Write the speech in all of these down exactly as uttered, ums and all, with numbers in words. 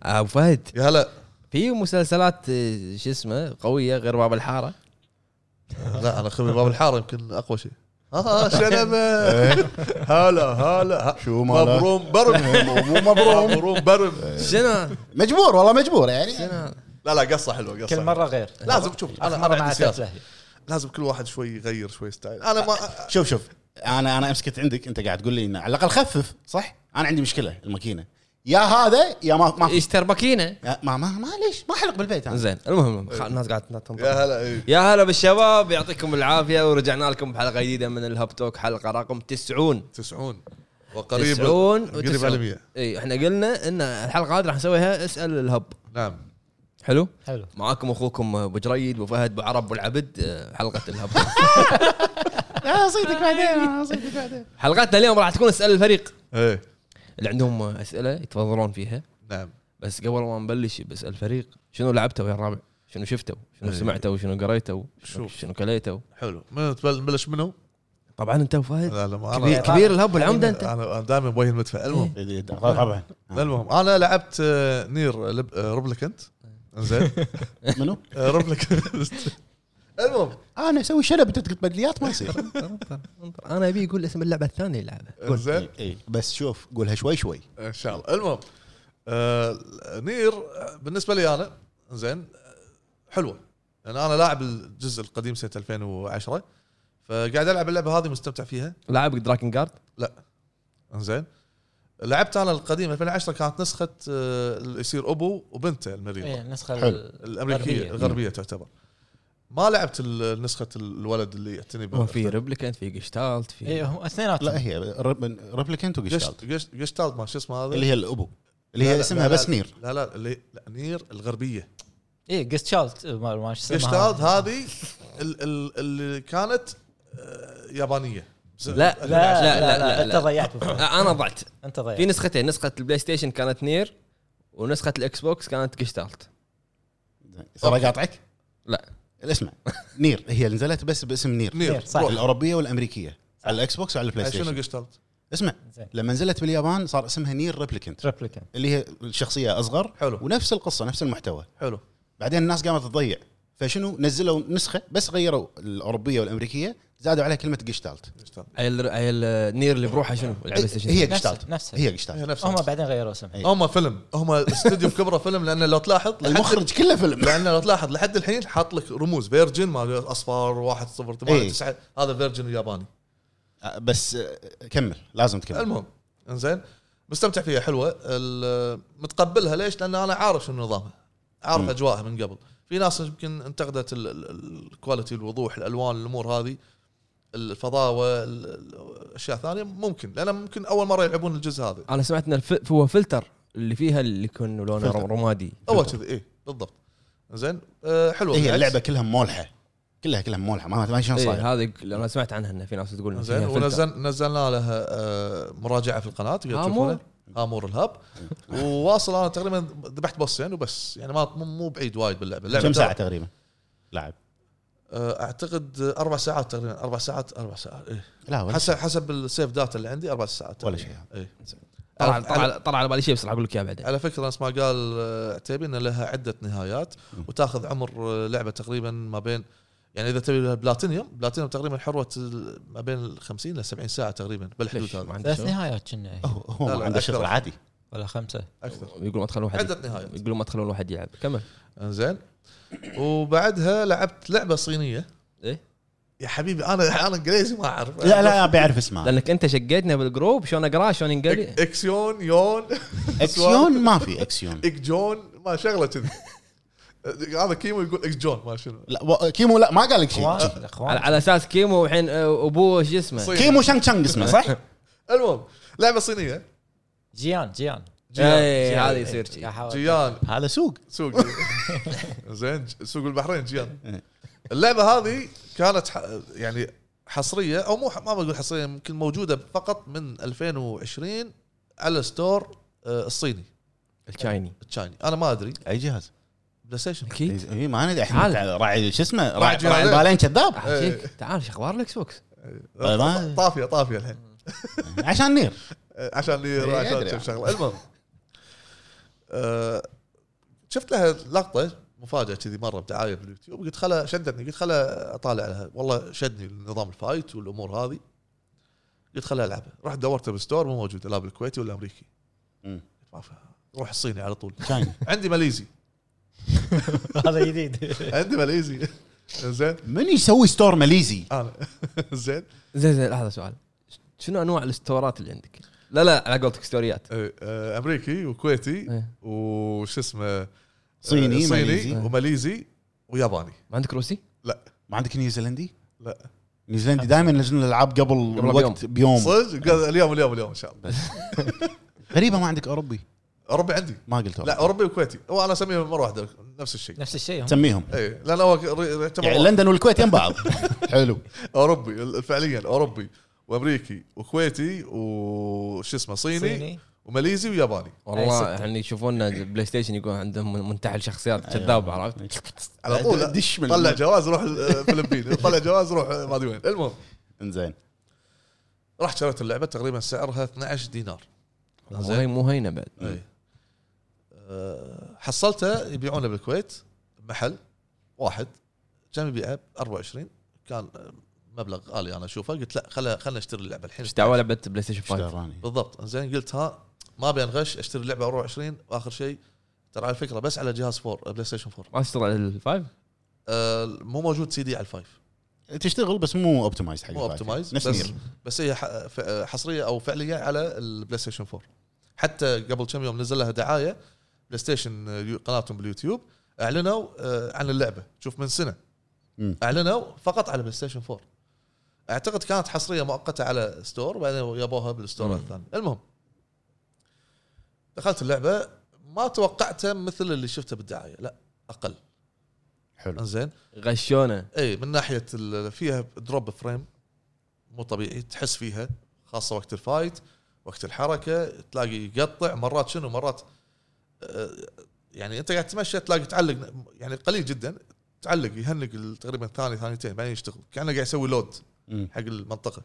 ابو فهد يا هلا. في مسلسلات شو اسمه قويه غير باب الحاره؟ لا انا خبري باب الحاره يمكن اقوى شيء. اه شنبه. هلا هلا شو ماله مبروم برم. مو مبروم مبروم برم. شنو مجبور والله مجبور يعني. شنو لا لا قصه حلوه قصه كل مره غير لازم تشوف. انا مرة انا مع عندي سياسه سياسة. لازم كل واحد شوي يغير شوي ستايل. انا ما شوف شوف انا انا امسكت عندك انت قاعد تقول لي إن على الاقل خفف صح. انا عندي مشكله الماكينه يا هذا يا ما ما يشتر ماكينه يا ما ما, ما ليش ما حلق بالبيت انا. زين المهم خ- الناس قاعده تنطر. يا هلا إيه. يا هلا بالشباب يعطيكم العافيه ورجعنا لكم بحلقه جديده من الهاب توك حلقه رقم تسعون تسعون وقريب تسعون قريب على مية. اي احنا قلنا ان الحلقه هذه راح نسويها اسال الهب. نعم حلو حلو معاكم اخوكم ابو جريد ابو فهد ابو عرب والعبد آه، حلقه الهب. لا صيدك بعدين صيدك بعدين. حلقتنا اليوم راح تكون اسال الفريق ايه اللي عندهم اسئله يتفضلون فيها. نعم. بس قبل ما نبلش بسال الفريق شنو لعبتوا يا الرابع شنو شفتوا شنو إيه. سمعتوا شنو قريتوا شنو, شوف. شنو كليتوا. حلو من نبلش منه. طبعا انت وفهد لا لا ما كبير, انا كبير الهب والعمده انت. انا دائما بوجه المدفع. المهم طبعا المهم انا لعبت آه، نير لب- آه، روبليكنت. زين منو آه، روبليكنت. المهم انا اسوي شنب انت بدليات ما يصير. انا ابي يقول اسم اللعبه الثانيه اللي لعبها. زين اي بس شوف قولها شوي شوي. ان شاء الله. المهم آه نير بالنسبه لي انا زين حلوه لان انا لاعب الجزء القديم سنه ألفين وعشرة فقاعد العب اللعبه هذه مستمتع فيها. لاعب دراكن جارد. زين لعبت انا القديم ألفين وعشرة كانت نسخه آه اللي يصير ابو وبنته المريضه ايه النسخه حلو. الامريكيه الغربية. الغربيه تعتبر. ما لعبت ال- نسخه الولد اللي يعتني هو في ريبليكانت في جشتالت في ايه هم اثنيناتهم لا هي ريبليكنت وجشتالت جشت جشتالت ما شو اسمه هذا اللي هي الابو اللي لا هي لا اسمها لا بس لا نير. لا لا اللي لا نير الغربيه. ايه جست شالت ما ما شو اسمها جشتالت هذه ال- ال- اللي كانت آه، يابانيه. لا لا لا لا, لا, لا. انت ضيعت بفهم. انا ضعت. انت ضيعت في نسختين نسخه البلاي ستيشن كانت نير ونسخه الاكس بوكس كانت جشتالت. صار قاطعك لا اسمع نير هي نزلت بس باسم نير نير نير، صح. روح. الاوروبيه والامريكيه على الاكس بوكس وعلى البلاي شنو ستيشن. جشتالت؟ اسمع زين لما نزلت باليابان صار اسمها نير ريبليكنت ريبليكانت اللي هي الشخصيه اصغر حلو ونفس القصه نفس المحتوى. حلو بعدين الناس قامت تضيع فشنو نزلوا نسخه بس غيروا الاوروبيه والامريكيه زادوا عليها كلمه جشتالت. جشتالت عيل عيل نير اللي بروحه شنو البلاي ستيشن. هي نفسها- جشتالت نفسها. هي هي جشتالت. نفسها. هم بعدين غيروا اسم أي. هم فيلم هم استوديو كبره فيلم لان لو تلاحظ لحد المخرج كله فيلم. لان لو تلاحظ لحد الحين حاط لك رموز فيرجن مال اصفار واحد صفر ثمانية تسعة هذا فيرجن ياباني. آه، بس آه، كمل لازم تكمل. المهم انزين مستمتع فيها حلوه ال- متقبلها ليش لان انا عارف شنو نظامها عارف م. اجواءها من قبل. في ناس يمكن انتقدت ال- ال- الكواليتي الوضوح الالوان الامور هذه الفضاوه ال- الاشياء الثانيه ممكن لان ممكن اول مره يلعبون الجزء هذا. انا سمعت ان الف... هو فلتر اللي فيها اللي يكون لونه فلتر. رمادي. هو كذي ايه بالضبط. زين أه حلوه هي بالعكس. اللعبه كلها مولحه كلها كلها مولحه ما ما شلون صاير. إيه هذا اللي انا سمعت عنها ان في ناس تقول إن زين فيها فلتر. ونزل نزلنا لها آه، مراجعه في القناه تقدر آمور. تشوفونها امور الهب. وواصل انا تقريبا ذبحت بوسين وبس يعني ما مو- مو بعيد وايد باللعبه. اللعبه كم ساعه تقريبا لعب؟ آه، اعتقد اربع ساعات تقريبا اربع ساعات اربع ساعات إيه. لا ولا حسب حسب السيف داتا اللي عندي اربع ساعات ولا تقريباً. شيء. إيه. طلع على- طلع طلع على بالي شيء بس راح اقول لك اياه بعدين. على فكره نفس ما قال آه، عتيبي ان لها عده نهايات وتاخذ عمر آه، لعبه تقريبا ما بين يعني اذا تبي لها بلاتينيوم بلاتينيوم تقريبا حروه ال- ما بين ال خمسين ل سبعين ساعه تقريبا بالحدود ليش؟ ما هذه عندي ثلاث شغل؟ نهايات كنا هو لا، هو لا، ما عنده أكثر. شغل عادي. ولا خمسه اكثر يقولون ما تخلون واحد عده نهايات. يقولون ما تخلون واحد يلعب. كمل. زين وبعدها لعبت لعبه صينيه. إيه؟ يا حبيبي انا انا انجليزي ما اعرف. لا لا بيعرف اسمه. لانك انت شقيتنا بالجروب شلون اقراه شلون ينقري. إك- اكسيون يون اكسيون ما في اكسيون. اك جون ما شغله كذي. هذا كيمو يقول اكس جون ما شنو. لا و- كيمو لا ما قال لك شيء. اخوان على, اخوان على اساس كيمو الحين آه، ابوه شو اسمه. صين. كيمو شانغ شانغ اسمه صح؟ المهم لعبه صينيه. جيان جيان اي هذا يصير شيء. جيان هذا سوق. سوق زين سوق البحرين جيان. اللعبه هذه كانت ح- يعني حصريه او مو ما بقول حصريه يمكن موجوده فقط من ألفين وعشرين على ستور آه، الصيني التشايني التشايني. انا ما ادري اي جهاز؟ بلاي ستيشن. اكيد. اي ما ندري تعال. الحين راعي شو اسمه راعي راعي راعي جهازين. البالين كذاب. عشيك. تعال شو اخبار الاكس بوكس. ما- طافيه طافيه الحين عشان نير. آه، عشان لي إيه، عشان أدري. كم شغله. المهم أه شفت لها لقطه مفاجاه كذي مره بدعايه باليوتيوب، قلت خلا شدتني، قلت خلا اطالع لها، والله شدني نظام الفايت والامور هذه، قلت خلا العبها. رحت دورتها بالستور مو موجوده، لا بالكويتي ولا امريكي. مم. ما في، روح الصيني على طول. شاين عندي ماليزي هذا جديد. عندي ماليزي زين من يسوي ستور ماليزي؟ انا زين زين زين لحظه سؤال، شنو انواع الاستورات اللي عندك؟ لا لا على قولتك ستوريات. أه، أه، امريكي وكويتي إيه. وش اسمه صيني، أه، صيني ماليزي. وماليزي وياباني. ما عندك روسي؟ ما عندك نيوزيلندي؟ لا نيوزيلندي دايما ينزلون الالعاب قبل قبل الوقت بيوم. صدق قال اليوم اليوم اليوم ان شاء الله. غريبه ما عندك اوروبي. اوروبي عندي، ما قلت لا أوروبي. اوروبي وكويتي، وانا اسميهم مره واحده نفس الشيء. نفس الشيء هم. تسميهم اي لان هو ر- يعتبر يعني لندن والكويت يم بعض. حلو. اوروبي فعليا، اوروبي وامريكي وكويتي وش اسمه صيني, صيني. وماليزي وياباني. والله أي ستة. يعني يشوفونا بلاي ستيشن يكون عندهم منتحل شخصيات كذاب، عرفت؟ على طول دش من طلع الم- جواز روح الفلبين، طلع جواز روح ما ادري وين. المهم انزين. رحت شريت اللعبه تقريبا سعرها اثنا عشر دينار. وهي مو هينه بعد. اي أه حصلتها يبيعونها بالكويت محل واحد، كان يبيعها ب أربعة وعشرين، كان مبلغ غالي انا اشوفه. قلت لا خلا خلنا اشتري اللعبه الحين. ايش دعوه لعبه بلاي ستيشن خمسة؟ اشتراني. بالضبط. زين قلت ها ما ابي انغش، اشتري اللعبه أربعة وعشرين، واخر شيء ترى على الفكره بس على جهاز فور بلاي ستيشن فور. ما تشتغل على الفايف؟ أه مو موجود سي دي على الفايف، تشتغل بس مو اوبتمايز حق مو الفايف. اوبتمايز، نفس بس نير. بس هي ح- ف- حصريه او فعليه على البلاي ستيشن فور. حتى قبل كم يوم نزل لها دعايه بلاي ستيشن يو- قناتهم باليوتيوب اعلنوا آه، عن اللعبه. شوف من سنه مم. اعلنوا فقط على بلاي ستيشن فور. اعتقد كانت حصريه مؤقته على ستور، بعدين يابوها بالستور الثاني. المهم دخلت اللعبه، ما توقعتها مثل اللي شفته بالدعايه، لا اقل. حلو. انزين غشونه. اي من ناحيه ال- فيها دروب فريم مو طبيعي تحس فيها، خاصه وقت الفايت، وقت الحركه تلاقي يقطع مرات، شنو مرات آه، يعني انت قاعد تمشي تلاقي تعلق، يعني قليل جدا تعلق يهنق تقريبا ثاني ثانيتين بعدين يشتغل، كانه قاعد يسوي لود مم. حق المنطقه.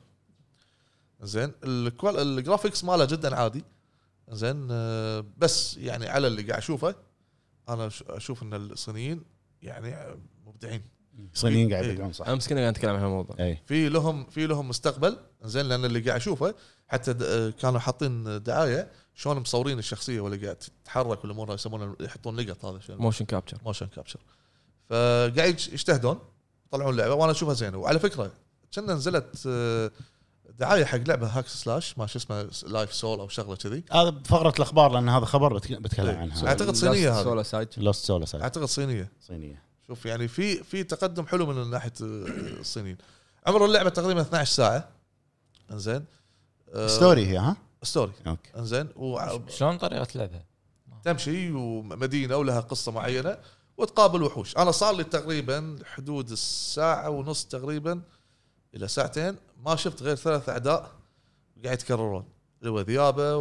زين الكوال الجرافيكس ماله جدا عادي. زين آه، بس يعني على اللي قاعد اشوفه انا ش- اشوف ان الصينيين يعني مبدعين، صينيين قاعد إيه. يبيعون صح. امس كنا قاعد نتكلم عن هالموضوع. اي في لهم في لهم مستقبل. زين لان اللي قاعد اشوفه حتى د- آه، كانوا حاطين دعايه شلون مصورين الشخصيه ولا قاعد تتحرك والامور يسمونه يحطون نقط، هذا شيء موشن كابتشر. موشن كابشر. فقاعد يجتهدون يطلعون اللعبه وانا اشوفها زينه. وعلى فكره كنا نزلت آه، دعايه حق لعبه هاك سلاش ما شو اسمه لايف سول او شغله كذي، هذا بفقره الاخبار لان هذا خبر بتك- بتكلم إيه. عنها. أعتقد صينية هذه. سولا سايد. لوست سولا سايد. اعتقد صينيه. صينيه. شوف يعني في في تقدم حلو من ناحيه آه، الصينيين. عمر اللعبه تقريبا اثنا عشر ساعه. انزين آه، ستوري هي ها. ستوري. اوكي. انزين و شلون طريقه لعبها؟ تمشي ومدينه ولها قصه معينه وتقابل وحوش. انا صار لي تقريبا حدود الساعه ونص تقريبا الى ساعتين ما شفت غير ثلاث اعداء قاعد يتكررون، اللي هو ذيابه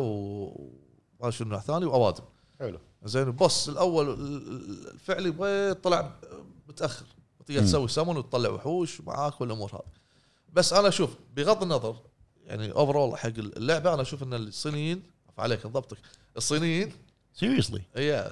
وما شنو نوع ثاني واوادم. حلو. زين البوس الاول الفعلي بغي طلع متاخر، تقدر تسوي سمون وتطلع وحوش معاك والامور هذه. بس انا اشوف بغض النظر يعني اوفرول حق اللعبه، انا اشوف ان الصينيين عليك ضبطك الصينيين سيريسلي. يا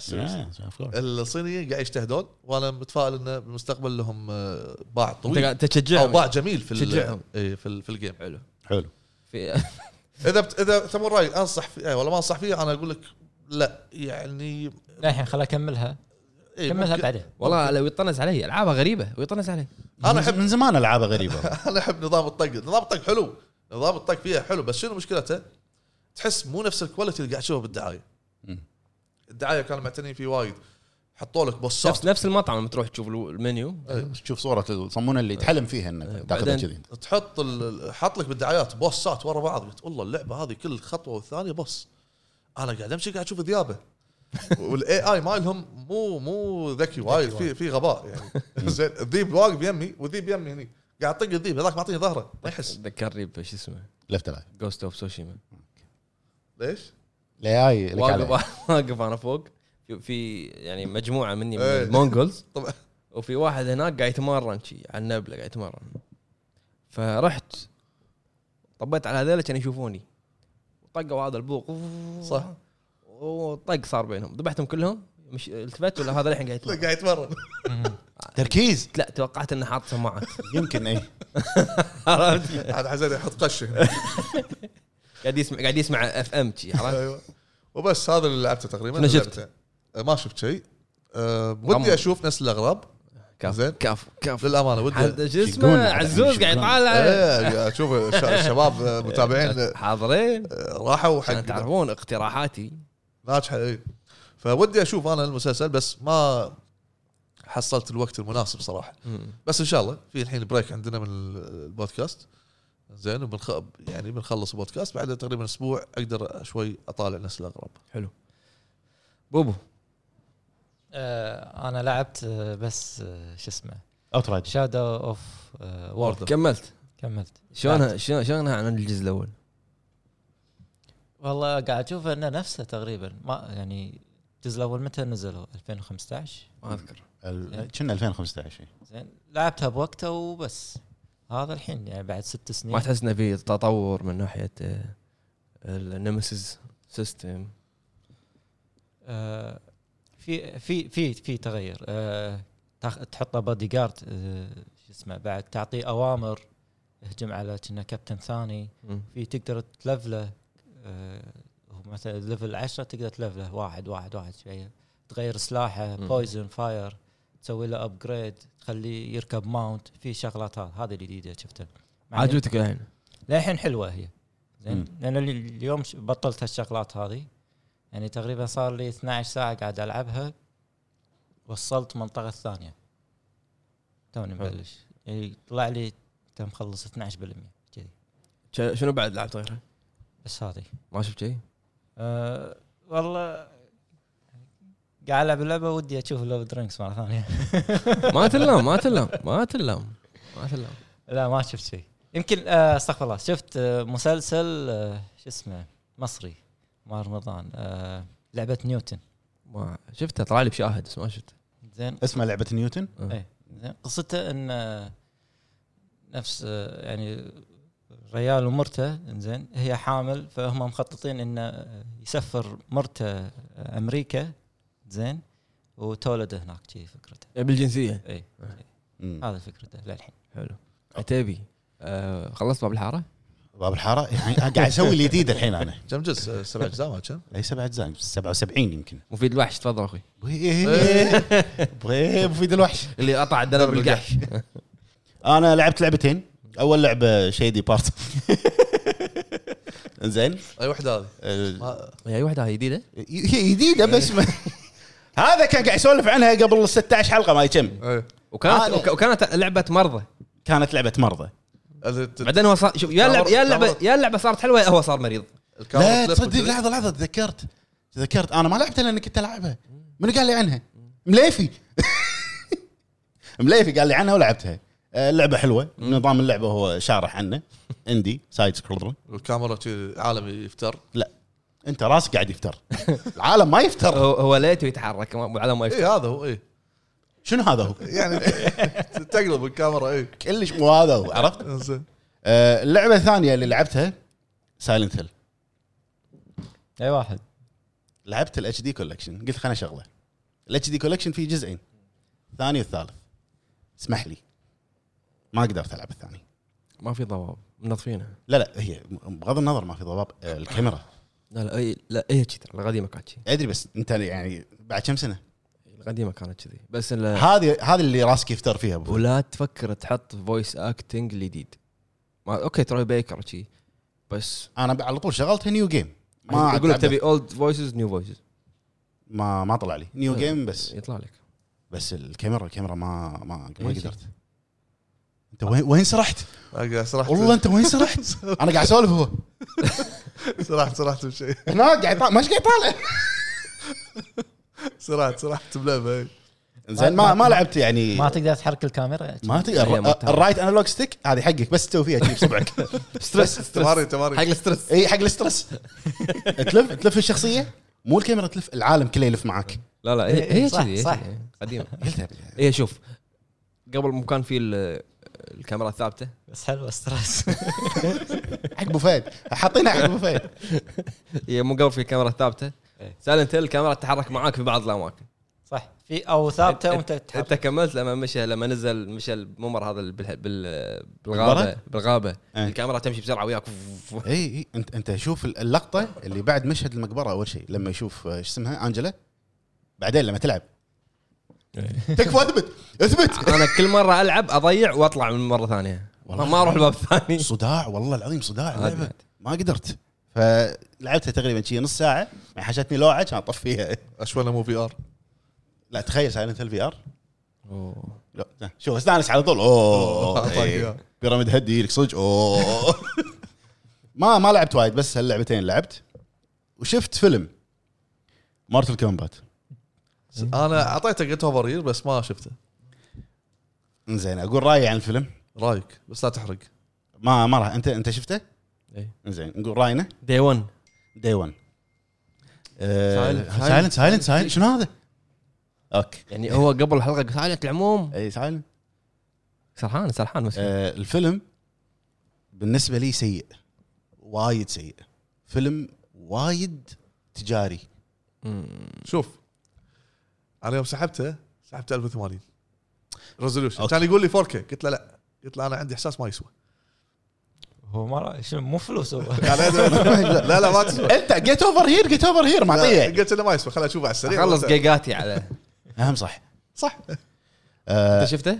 الصينيين قاعد يجتهدون، وانا متفائل انه بالمستقبل لهم آه، باع انت طويل قاعد او تشجعهم. باع جميل في ال- تشجعهم. إيه في ال- في الجيم. حلو. حلو. في اذا بت... اذا تمر راي انصح فيه إيه ولا ما انصح فيه، انا اقول لك لا يعني الحين خل اكملها. إيه كملها ممكن- بعدين. والله لو يطنز علي العابها غريبه ويطنز علي. انا احب من زمان العابه غريبه. انا احب نظام الطق. نظام الطق حلو، نظام الطق فيها حلو، بس شنو مشكلته؟ تحس مو نفس الكواليتي اللي قاعد تشوفه بالدعايه. مم. الدعايه كانوا معتنين فيه وايد، حطوا لك بوسات نفس نفس المطعم لما تروح تشوف المنيو. تشوف صوره الصمونه اللي تحلم فيها انك تاخذها بعدين- كذي. تحط ال- حط لك بالدعايات بوسات ورا بعض. قلت والله اللعبه هذه كل خطوه والثانيه بوس. انا قاعد امشي قاعد اشوف ذيابه والاي اي مالهم مو مو ذكي وايد، في في غباء يعني. زين الذيب واقف يمي والذيب يمي هني قاعد طق الذيب، هذاك معطيني ظهره ما يحس. ذكرني بش اسمه لفت لايف. جوست اوف سوشيما. ليش؟ الاي اي لك عليه. واقف واقف انا فوق في- في يعني مجموعه مني من إيه. المونغولز، طبعا وفي واحد هناك قاعد يتمرن شي على النبله قاعد يتمرن. فرحت طبيت على هذول كانوا يشوفوني، طقوا هذا البوق صح. وطق صار بينهم. ذبحتهم كلهم مش التفت ولا هذا الحين قاعد يتمرن؟ قاعد يتمرن. تركيز لا توقعت انه حاط سماعات. يمكن اي عاد حزين يحط قش هنا. قاعد يسمع قاعد يسمع اف ام شي عرفت. ايوه وبس هذا اللي لعبته تقريبا. شنو شفت؟ اللعبتين. أه، ما شفت شيء. أه غمض. ودي اشوف نسل الاغراب كاف زين. كاف كاف للامانه ودي هذا شو شقون اسمه هذا؟ عزوز قاعد شقون؟ يطالع. ايه اشوف الش- الشباب آه، متابعين آه، حاضرين راحوا حق عشان تعرفون اقتراحاتي. ناجحه. ايه فودي اشوف انا المسلسل بس ما حصلت الوقت المناسب صراحه. بس ان شاء الله في الحين بريك عندنا من البودكاست زين وبنخ... يعني بنخلص البودكاست بعد تقريبا اسبوع اقدر شوي اطالع نسل الاغراب. حلو. بوبو آه انا لعبت آه، بس آه، شو اسمه اوترايد شادو اوف وورد. كملت كملت شلونها شلون شلونها عن الجزء الاول؟ والله قاعد اشوف انه نفسه تقريبا ما يعني الجزء الاول متى نزلوا ألفين وخمسة عشر ما اذكر. ال- كنا ألفين وخمسة عشر. زين لعبتها بوقتها وبس. هذا الحين يعني بعد ست سنين ما تحس انه في تطور من ناحيه آه، النمسيس سيستم؟ آه في في في في تغير. آه تاخ- تحطه بادي جارد آه شو اسمه بعد تعطيه اوامر يهجم على كنا كابتن ثاني. في تقدر تلفله آه هو مثلا ليفل عشرة تقدر تلفله واحد واحد واحد شويه تغير سلاحه مم. بويزن فاير تسوي له ابجريد تخليه يركب ماونت في شغلات هذه هذه الجديده شفتها عجبتك الحين؟ للحين حلوه هي زين مم. لان اللي- اليوم ش- بطلت هالشغلات هذه يعني تقريبا صار لي اثنتي عشرة ساعه قاعد العبها وصلت منطقه الثانيه توني مبلش يعني طلع لي تم مخلص اثنتي عشرة بالمية كذي ش- شنو بعد لعبت غيرها؟ بس هذه ما شفت شيء؟ أه والله قاعد العب اللعبه ودي اشوف لو درينكس مره ثانيه ما تلام ما تلام ما تلام ما تلام. لا ما شفت شيء يمكن آه، استغفر الله شفت آه، مسلسل آه، شو اسمه مصري مال رمضان آه، لعبه نيوتن ما شفته طلع لي بشاهد بس ما شفته. زين اسمها لعبه نيوتن. ايه زين قصته ان آه، نفس آه، يعني ريال ومرته زين هي حامل فهم مخططين انه يسفر مرته آه، امريكا زين وتولد هناك شيء فكرته. بالجنسيه. اي مم. هذا فكرته للحين. حلو. عتيبي آه خلصت باب الحاره؟ باب الحاره يعني قاعد اسوي الجديد الحين انا. كم جزء؟ سبع اجزاء ما كم؟ ليس سبعة اجزاء سبعة وسبعين يمكن. مفيد الوحش تفضل اخوي. بغيب مفيد الوحش. اللي قطع الدرب بالقحش. انا لعبت لعبتين. اول لعبه شيدي بارت. زين اي وحده هذه؟ آه، ما- هي واحده هاي جديده. هي جديده بس ما هذا كان قاعد يسولف عنها قبل ستة عشر حلقه ما يكم. ايه وكانت آه، وك- وكانت لعبه مرضى. كانت لعبه مرضى. ال- بعدين هو صار شوف يا اللعبه يا اللعبه يا اللعبه صارت حلوه يا هو صار مريض. الكاميرا لا تلف تصدق وكذا. لحظه لحظه تذكرت تذكرت انا ما لعبتها لان كنت العبها. من قال لي عنها؟ مليفي. مليفي قال لي عنها ولعبتها. آه، اللعبه حلوه. نظام اللعبه هو شارح عنه اندي سايد سكرولر. الكاميرا شي عالم يفتر. لا انت راسك قاعد يفتر. العالم ما يفتر. هو هو ليته يتحرك ما- على ما يفتح. اي هذا هو. اي شنو هذا هو؟ يعني تقلب الكاميرا. اي كلش مو هذا هو عرفت. زين. آه، اللعبه الثانيه اللي لعبتها سايلنت هيل. اي واحد لعبت الاتش دي كولكشن قلت خليني اشغله. الاتش دي كولكشن فيه جزئين الثاني والثالث. اسمح لي ما قدرت العب الثاني. ما في ضباب منظفينها. لا لا هي بغض النظر ما في ضباب. آه، الكاميرا لا لا اي لا هي كذي القديمه كانت كذي. ادري بس انت يعني بعد كم سنه القديمه كانت كذي بس ال- هذه هذه اللي راسك يفتر فيها أبو. ولا تفكر تحط فويس اكتنج الجديد. ما اوكي تروي بيكر شي بس انا على طول شغلتها نيو جيم ما ما اقول لك أتعب. تبي اولد فويسز نيو فويسز ما ما طلع لي نيو جيم بس يطلع لك. بس الكاميرا الكاميرا ما ما ما قدرت. انت وين وين سرحت قاعد سرحت. والله انت وين سرحت انا قاعد اسولف هو سرحت سرحت بشيء. هناك قاعد يطالع مش قاعد يطالع. سرحت سرحت بلعبه. اي زين ما ما لعبت يعني ما تقدر تحرك الكاميرا ما هي تقدر ما تعرف. الرايت انالوج ستيك هذه حقك بس تسوي فيها تجيب صبعك. ستريس تمارين تمارين. حق الستريس. اي حق الاسترس. تلف تلف الشخصيه مو الكاميرا تلف العالم كله يلف معاك. لا لا هي هي صح، كذي هي صح. كذي، قديمه. قلتها هي شوف قبل ما كان في ال- الكاميرا الثابته. بس حلوه ستريس. حق ابو فهد حاطينها حق ابو فهد. هي مو قبل في الكاميرا الثابته سايلنت هيل الكاميرا تتحرك معاك في بعض الاماكن صح في او ثابته وانت انت تتحرك. كملت لما مشى لما نزل مشى الممر هذا بال- بال- بالغابه بالغابه إيه. الكاميرا تمشي بسرعه وياك اي اي انت انت شوف اللقطه اللي بعد مشهد المقبره اول شيء لما يشوف ايش اسمها انجلا بعدين لما تلعب تكفى اثبت اثبت انا كل مره العب اضيع واطلع من مره ثانيه والله ما اروح الباب الثاني صداع والله العظيم صداع عادي. اللعبه ما قدرت فلعبتها تقريبا شي نص ساعه حشتني لوعه كان اطفيها اشوانه مو في ار. لا تخيل سايلنت الفي ار أوه. لا شوف استانس على طول اوه أعطاك إيه. إياه. بيراميد هدي لك صدق اوه ما ما لعبت وايد بس هاللعبتين لعبت وشفت فيلم مارتل كومبات انا اعطيته جيت اوفر هير بس ما شفته. زين اقول رايي عن الفيلم رايك بس لا تحرق. ما ما راح انت انت شفته إيه. زين نقول راينا دي واحد داي واحد Silent- سايلنت سايلنت سايلنت شنو هذا اوكي يعني هو قبل الحلقه سايلنت العموم اي سايلنت سرحان سرحان مسكين آه الفيلم بالنسبه لي سيء وايد سيء فيلم وايد تجاري مم. شوف انا يوم سحبته سحبت ألف وثمانين ريزولوشن أوكي. كان يقول لي فور كي قلت له لا قلت له انا عندي احساس ما يسوى. هو ما شنو مو فلوس هو يعني لا لا ما تسوى. انت جيت اوفر هير جيت اوفر هير معطيه قلت له ما يسوى خليني اشوفه على السريع. اخلص جيجاتي على اهم صح صح. آه انت شفته؟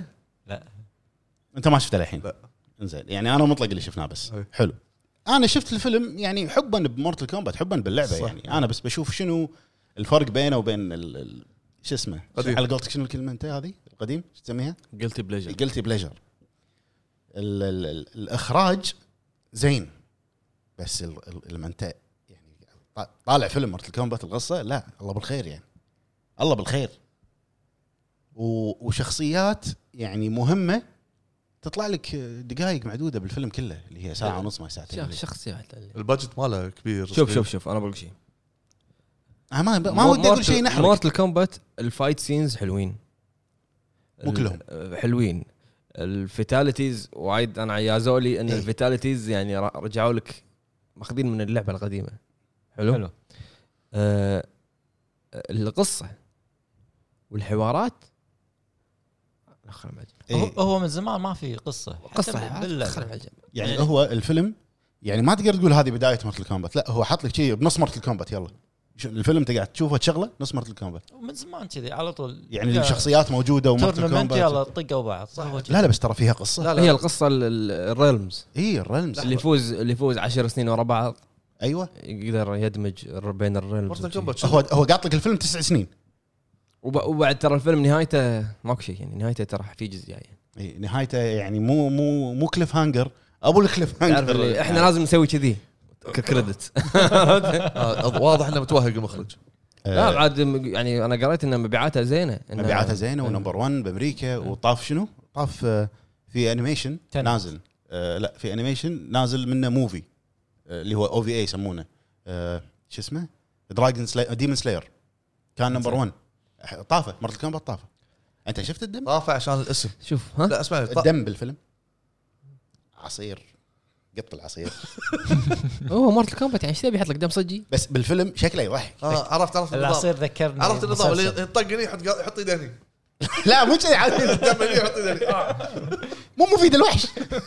انت ما شفته الحين لا. انزين يعني انا مطلق اللي شفناه بس أي. حلو انا شفت الفيلم يعني حبا بمورتل كومبات حبا باللعبه صح. يعني انا بس بشوف شنو الفرق بينه وبين ال... ال... شو اسمه قديم. على قولتك شنو الكلمه انت هذه القديم شو تسميها قلتي بليجر قلتي بليجر ال... ال... ال... الاخراج زين بس ال... ال... لما انت يعني طالع فيلم مورتل كومبات القصه لا الله بالخير يعني الله بالخير و... وشخصيات يعني مهمه تطلع لك دقائق معدوده بالفيلم كله اللي هي ساعه ونص ما ساعتين شخصيه البادجت ماله كبير. شوف شوف شوف انا بقول شيء آه ما ما ودي اقول شيء نحرق مورتل كومبات الفايت سينز حلوين مو كلهم. ال- حلوين الفيتاليتيز وايد انا عيازولي ان إيه. الفيتاليتيز يعني ر- رجعوا لك ماخذين من اللعبه القديمه حلو, حلو آه القصه والحوارات اخر بعد هو, إيه. هو من زمان ما في قصه حتى قصه باللعبة. خل على جنب. يعني يعني- هو الفيلم يعني ما تقدر تقول هذه بدايه مورتل كومبات لا هو حط لك شيء بنص مورتل كومبات يلا شو- الفيلم تقعد تشوفه تشغله نص مورتل كومبات من زمان كذي على طول يعني الشخصيات موجوده ومورتل تورنمنت كومبات يلا طقوا بعض صح هو كذي. لا لا بس ترى فيها قصه لا لا هي القصه الريلمز اي الريلمز اللي يفوز اللي يفوز عشر سنين ورا بعض ايوه يقدر يدمج بين الريلمز مورتل كومبات هو هو قاط لك الفيلم تسع سنين وب- وبعد ترى الفيلم نهايته ماكو شيء يعني نهايته ترى في جزء جاي إيه نهايته يعني مو مو مو كليف هانجر ابو الكليف تعرف هانجر اللي احنا لازم نسوي كذي كريدت آه، واضح انه متوهق المخرج. لا بعد م- يعني انا قريت ان مبيعاتها زينه إن- مبيعاتها زينه ونمبر واحد بامريكا وطاف شنو؟ طاف آه، في انيميشن تنس. نازل آه، لا في انيميشن نازل منه موفي آه، اللي هو او في اي يسمونه آه، شو اسمه؟ دراجون سلاير ديمون سلاير كان نمبر واحد طافه مورتل كومبات طافه انت شفت الدم؟ طافع عشان الاسم. شوف ها لا اسمع طا- الدم بالفيلم عصير قط العصير هو مورتل كومبات يعني ايش تبي يحط لك دم صجي بس بالفيلم شكله يضحك آه عرفت عرفت النظام. العصير ذكرني عرفت النظام اللي مسلسل. يطق هني يحط يحط ايده هني. لا مو شيء عادي دم هني يحط ايده هني. آه. مو مفيد الوحش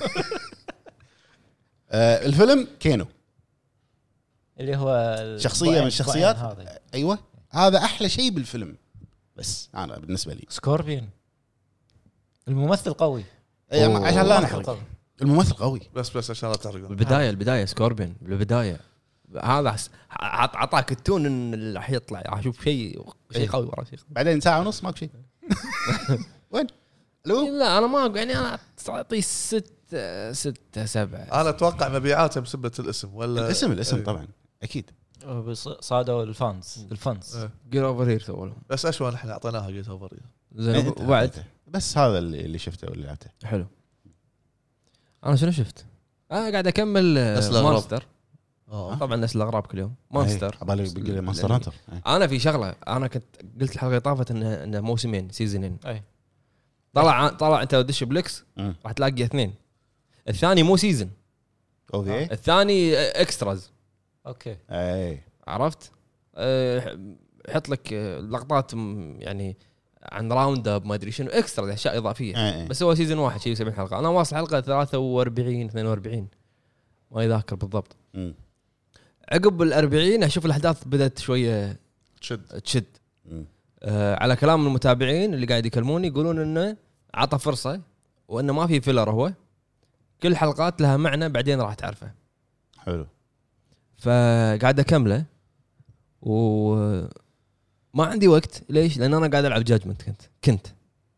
آه، الفيلم كينو اللي هو ال- شخصيه من بعين- الشخصيات بعين هذا. ايوه هذا احلى شيء بالفيلم بس انا بالنسبه لي سكوربيون الممثل قوي إيه، ما- عشان لا الممثل نحرق قوي. الممثل قوي بس بس عشان لا تحرقون. بالبدايه البدايه سكوربين بالبدايه هذا حس- عط- عطاك التون ان راح يطلع راح اشوف شيء شيء إيه. قوي ورا شيء بعدين ساعه ونص ماكو شيء وين لو لا انا ما أقول- يعني انا اعطيه ست ستة سبعة انا اتوقع مبيعاته بسبه الاسم ولا الاسم الاسم إيه. طبعا اكيد هو بص- صادوا الفانز الفانز إيه. جير اوفر هير سووا لهم بس اشوان احنا اعطيناها جيت اوفر. زين إيه، وبعد بس هذا اللي اللي شفته واللي لعبته حلو انا شنو شفت؟ انا قاعد اكمل نسل الأغراب. مونستر اه طبعا نسل الاغراب كل يوم مونستر عبالي بقول مونستر هانتر انا في شغله انا كنت قلت الحلقه اللي طافت انه انه موسمين سيزونين اي طلع طلع انت دش بلكس راح تلاقي اثنين الثاني مو سيزون او في اي الثاني اكستراز اوكي اي عرفت أه يحط لك آه، لقطات م- يعني عن راوند اب ما ادري شنو اكسترا اشياء اضافيه. إيه. بس هو سيزون واحد شيء سبعين حلقه، انا واصل حلقه ثلاثة وأربعين اثنين وأربعين ما يذكر بالضبط. مم. عقب الأربعين اشوف الاحداث بدات شويه شد تشد. مم. آه على كلام المتابعين اللي قاعد يكلموني يقولون انه عطى فرصه وانه ما في فيلر، هو كل الحلقات لها معنى بعدين راح تعرفه. حلو. فقاعد اكمله وما عندي وقت. ليش؟ لان انا قاعد العب جاجمنت. كنت كنت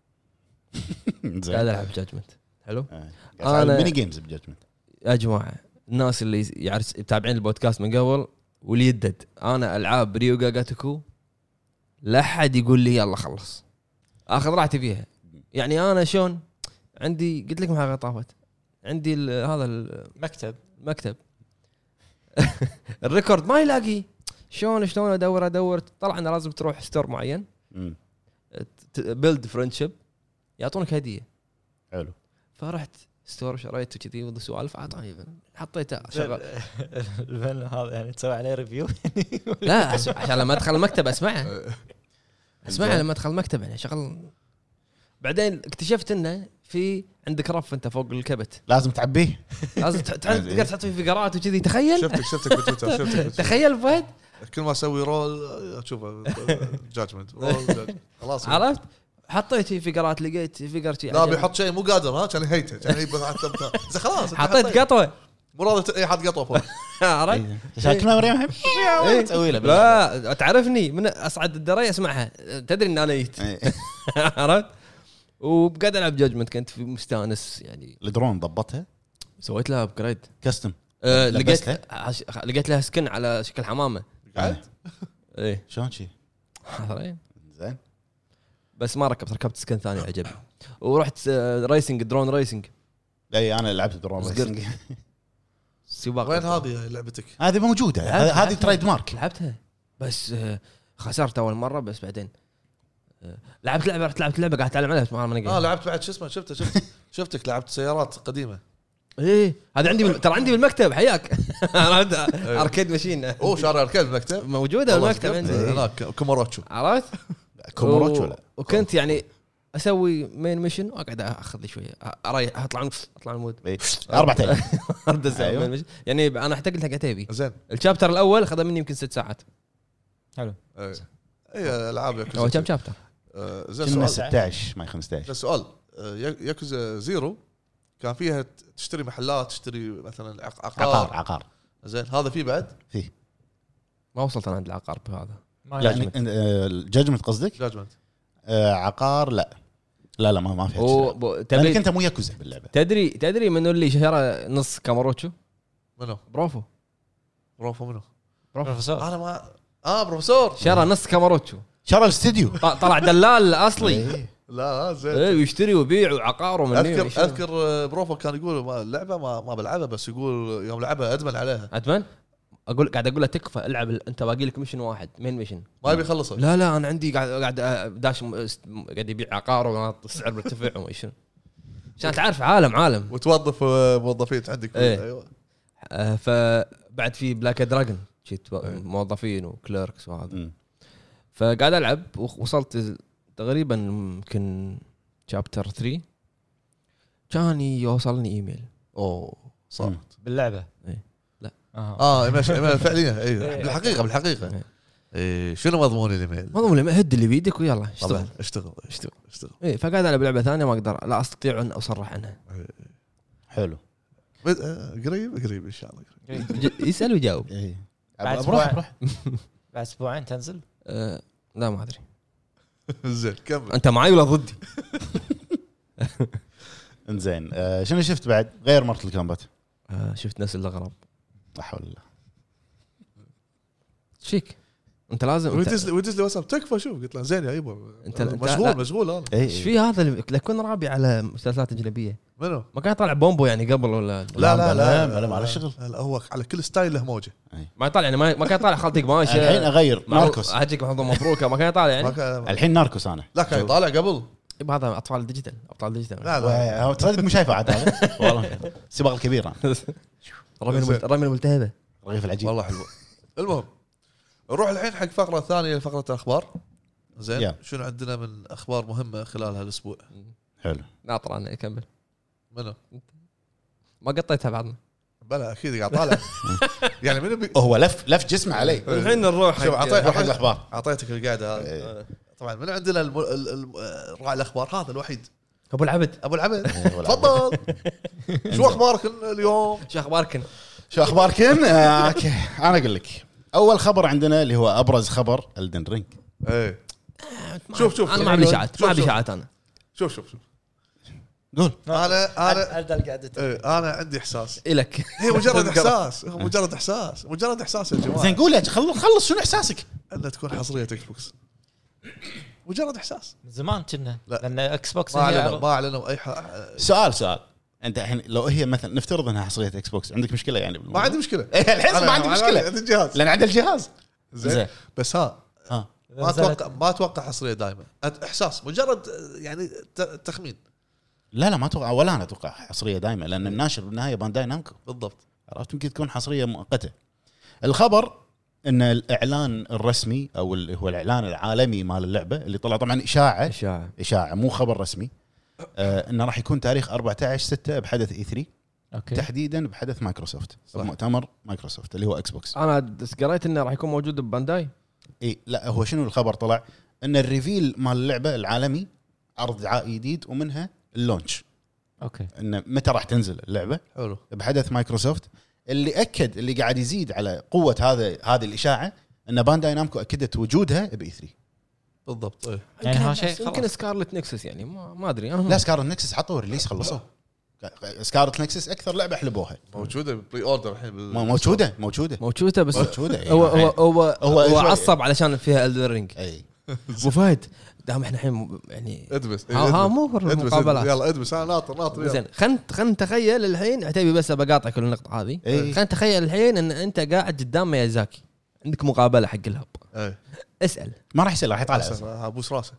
زين. قاعد العب جاجمنت. حلو. آه. قاعد أنا- ميني جيمز بجاجمنت. يا جماعه الناس اللي يعرف متابعين البودكاست من قبل واللي يدد، انا العاب ريوغا جاتوكو لا احد يقول لي يلا خلص، اخذ راحتي فيها. يعني انا شلون عندي قلت لك محاضره طافت عندي ال- هذا مكتب المكتب الريكورد ما يلاقي، شلون شلون ادور ادور طلع انه لازم تروح ستور معين مم. بيلد فريندشيب يعطونك هديه. حلو. فرحت ستور شريت وكذي وسوالف اعطاني حطيته شغل. الفن هذا يعني تسوي عليه ريفيو. لا أس- عشان لما ادخل المكتب اسمعه اسمعه لما ادخل المكتب يعني شغل. بعدين اكتشفت انه في عندك رف انت فوق الكبت لازم تعبيه. لازم تح- تح- تقدر تحط فيه فقرات وكذي. تخيل شفتك شفتك بتويتر شفتك بتويتر. تخيل فهد كل ما اسوي رول اشوفه جاجمنت رول judgment. خلاص عرفت حطيت فيه فقرات لقيت فقر شيء لا بيحط شيء مو قادر ها كان هيته كان يبغى حتى زين خلاص أنت حطيت قطوه مو راضي اي حد قطوه فوق عرفت شكلنا مريم إيه. تسوي له لا تعرفني من اصعد الدري اسمعها تدري ان انا جيت إيه. عرفت. وبقعد العب جاجمنت كنت في مستانس يعني. الدرون ضبطها سويت لها ابجريد كاستم. أه لقيت لبستها؟ عش- لقيت لها سكن على شكل حمامه. قاعد ايه شلون شي؟ حاضرين. زين. بس ما ركبت ركبت سكن ثاني عجبني. ورحت آه، ريسنج درون ريسنج اي انا لعبت درون صقرت. ريسنج. سباق. وين هذه لعبتك؟ هذه موجوده لعبت- هذه لعبت- تريد مارك. لعبتها بس آه، خسرت اول مره. بس بعدين آه، لعبت لعبه رحت لعبت لعبه قاعد اتعلم عليها بس ما ما اه لعبت بعد شو اسمه شفته شفت شفتك لعبت سيارات قديمه ايه هذا عندي بال- ترى عندي بالمكتب حياك. عرفت؟ اركيد ماشين اوه شارع اركيد بالمكتب موجوده والله بالمكتب سكرت عندي. هناك كوموروتشو عرفت؟ كوموروتشو و- لا. وكنت يعني اسوي مين ميشن واقعد اخذ لي شويه اريح اطلع اطلع المود إيه. اربع ايام. ارد اسوي أيوه. main mission. يعني انا احتاج حق عتيبي. زين الشابتر الاول اخذ مني يمكن ست ساعات. حلو. اي إيه، العاب هو ياكوزا كم شابتر؟ آه، زين كنا سؤال ستة عشر ما خمسة عشر. بس سؤال آه، يا- ياكوزا زيرو كان فيها ت- تشتري محلات تشتري مثلا عق- عقار عقار عقار زين هذا في بعد فيه. ما وصلت انا عند العقار بهذا. ما لا يعجبك. الجاجمنت قصدك؟ جاجمنت آه، عقار لا لا لا ما ما فيها و- شيء. ب- لانك تدري انت مو ياكوزا باللعبه. تدري تدري منو اللي شهره نص كاماروتشو؟ منو؟ بروفو. بروفو منو؟ بروفيسور. انا ما اه بروفيسور شرى نص كاماروتشو. شرى الاستديو. ط- طلع دلال اصلي. إيه. لا زين ايه ويشتري ويبيع وعقار ومن اذكر اذكر آه، بروفو كان يقول ما اللعبه ما, ما بلعبها بس يقول يوم لعبها ادمن عليها اتمنى اقول قاعد اقول له تكفى العب ال- انت باقي لك ميشن واحد مين ميشن. ما يبي يخلصها لا لا انا عندي قاعد قاعد داش م- است- قاعد يبيع عقار والسعر مرتفع وما شنو عشان تعرف عالم عالم. وتوظف آه، موظفين عندك إيه. ايوه آه فبعد في بلاك دراجون شيت إيه. موظفين وكليركس وهذا. مم. فقاعد العب ووصلت تقريبا يمكن شابتر ثلاثة كان يوصلني ايميل. اوه صار مم. باللعبه. إيه. لا. اه اه ايميل ايميل فعليا اي إيه. بالحقيقه بالحقيقه إيه. اي شنو مضمون الايميل؟ ما ضمن هد اللي بيدك ويلا طبعا اشتغل. اشتغل اشتغل اشتغل ايه فقاعد العب لعبه ثانيه ما اقدر لا استطيع ان اصرح عنها. حلو. بد- آه، قريب قريب ان شاء الله قريب. ج- يسال ويجاوب. ايه بعد بروح أسبوع. بروح. بعد اسبوعين تنزل. أه لا ما ادري زين كمل انت معي ولا ضدي؟ انزين آه، شنو شفت بعد غير مارتل كومبات؟ أه شفت ناس الاغراب. لا حول الله. شيك انت لازم انت ويدز لي ويدز لي واتساب تكفى شوف قلت له زين يا يبا أنت- أنا أنت- مشغول لا. مشغول انا ايه ايش في هذا اللي يكون رابي على مسلسلات اجنبيه؟ منو؟ ما كان يطلع بومبو يعني قبل ولا لا لا لا لا، لا، على شغل. لا لا هو على كل ستايل له موجه ما يطلع يعني ما, ما كان يطلع خالتك ماشيه الحين اغير ناركوس. اجيك محظوظ مبروكه ما كان يطلع ما يعني. كان الحين ناركوس انا. لا كان يطالع قبل يبا هذا اطفال ديجيتال ابطال ديجيتال. لا لا هو تصدق مو شايفه عاد هذا والله السباق الكبير أنا. الرمي الملت- الرمي الملتهبه. رغيف العجيب. والله حلو المهم نروح الحين حق فقره ثانيه، فقره الاخبار. زين Yeah. شنو عندنا من اخبار مهمه خلال هالاسبوع؟ حلو. ناطر انا اكمل منو؟ ما قطيتها بعضنا. بلا اكيد قاعد طالع. يعني منو بي... هو لف لف جسمه علي. الحين نروح شوف حق- اعطيت روح حق الاخبار. اعطيتك القاعده هذه. إيه. طبعا من عندنا الم... ال... ال... راعي الاخبار هذا الوحيد ابو العبد، ابو العبد. أبو العبد. تفضل. شو اخبارك اليوم؟ شو اخباركم؟ شو اخباركم؟ آه، اوكي انا اقول لك اول خبر عندنا اللي هو ابرز خبر الدن رينج. ايه شوف شوف انا ما ابي اشاعات، شوف ما ابي شوف. اشاعات انا. شوف شوف شوف قول. انا انا ادل قعدته. إيه انا عندي احساس. الك هي مجرد احساس، هو مجرد احساس، مجرد احساس يا جماعه. زين قول يا خلص خلص شنو احساسك؟ انها تكون حصريه اكس بوكس. مجرد احساس. من زمان كنا لا. لان اكس بوكس ما هي اعلنوا عرض. ما اعلنوا اي ح... سؤال سؤال انت الحين لو هي مثلا نفترض انها حصريه اكس بوكس عندك مشكله يعني ما عندي مشكله. إيه، الحين أنا- ما عندي أنا مشكله عندي الجهاز. لان عندي الجهاز. زين زين. بس ها ها ما اتوقع ما اتوقع حصريه دائما. احساس مجرد يعني ت- تخمين. لا لا ما اتوقع ولا انا اتوقع حصريه دائما لان الناشر بالنهايه بانداي نامكو بالضبط. عرفت يمكن تكون حصريه مؤقته. الخبر ان الاعلان الرسمي او اللي هو الاعلان العالمي مال اللعبه اللي طلع طبعا اشاعه اشاعه اشاعه مو خبر رسمي آه انه راح يكون تاريخ أربعة عشر ستة بحدث اي ثري اوكي تحديدا بحدث مايكروسوفت صح. بمؤتمر مايكروسوفت اللي هو اكس بوكس. انا دس- قريت انه راح يكون موجود ببانداي. اي لا هو شنو الخبر طلع ان الريفيل مال اللعبه العالمي عرض دعائي جديد ومنها اللونش اوكي ان متى راح تنزل اللعبه حلو. بحدث مايكروسوفت اللي اكد اللي قاعد يزيد على قوه هذا هذه الاشاعه ان بانداي نامكو اكدت وجودها باي ثري. بالضبط ايه. يعني هذا شيء يمكن خلاص. سكارلت نكسس يعني ما, ما ادري انا. لا سكارلت نكسس حطوا ريليس خلصوه. سكارلت نكسس اكثر لعبه حلبوها موجوده بري اوردر الحين بال- مو- موجوده موجوده موجوده بس موجوده يعني. هو هو هو, هو هو شوي- عصب علشان فيها الدن رينج. اي ابو فهد دام احنا الحين يعني ادبس ها, ها مو في ادبس المقابلات. يلا ادبس انا ناطر ناطر يلا. زين خلينا خلينا نتخيل الحين عتيبي بس بقاطع كل النقطه هذه. إيه. خلينا نتخيل الحين ان انت قاعد قدام ميازاكي عندك مقابله حق الهب. ايه اسال ما راح يصير راح يطالع حسن، ابوس راسه.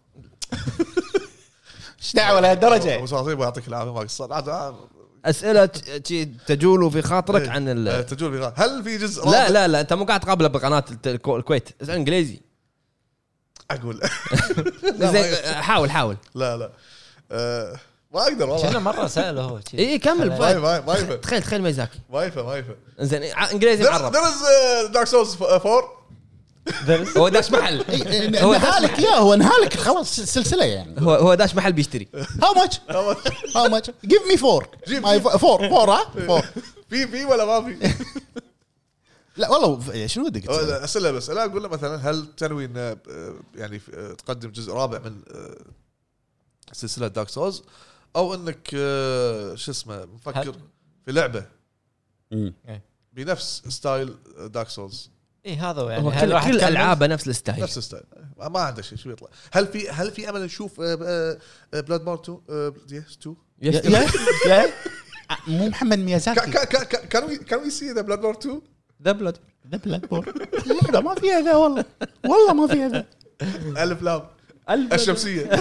ايش دعوه لهالدرجه. ابوس راسه يبغى يعطيك العافيه ما قصر. عاد- عاد- اسئله ت- شي تجول في خاطرك إيه. عن آه، ال... تجول بغاء. هل في جزء لا رابع؟ لا لا انت مو قاعد تقابله بقناه الت- الكو- الكويت. اسال انجليزي. اقول زين حاول حاول. لا لا آه، ما اقدر والله. كنا مره ساله هو شي. اي كمل ما فهد. ما ما ينفع تخيل تخيل ميازاكي. ما ينفع ما ينفع. زين ع- انجليزي معرب. There is دارك سولز فور. هو داش محل. هو هو داش نهالك محل. يا هو نهالك خلاص سلسله يعني. هو هو داش محل بيشتري. هاو ماتش هاو ماتش جيف مي فور جيب- ماي فور فور ها فور. في في ولا ما في؟ لا والله شنو ودك تسوي؟ اسئله بس انا اقول له مثلا هل تنوي ان آه، يعني آه، تقدم جزء رابع من آه، سلسله دارك سولز او انك آه، شو اسمه مفكر هل- في لعبه مم. بنفس ستايل دارك سولز اي هذا هو يعني هو هل كل راح كل تكمل؟ العابه نفس الستايل. نفس الستايل ما عنده شيء شو يطلع. هل في هل في امل نشوف بلاد بورن تو يس تو يا يا يا مو محمد ميازاكي كان وي كان وي سي ذا بلاد بورن تو ذا بلاد. ذا بلاد بور لا ما فيها ذا والله والله ما فيها ذا. الف لام الشمسيه.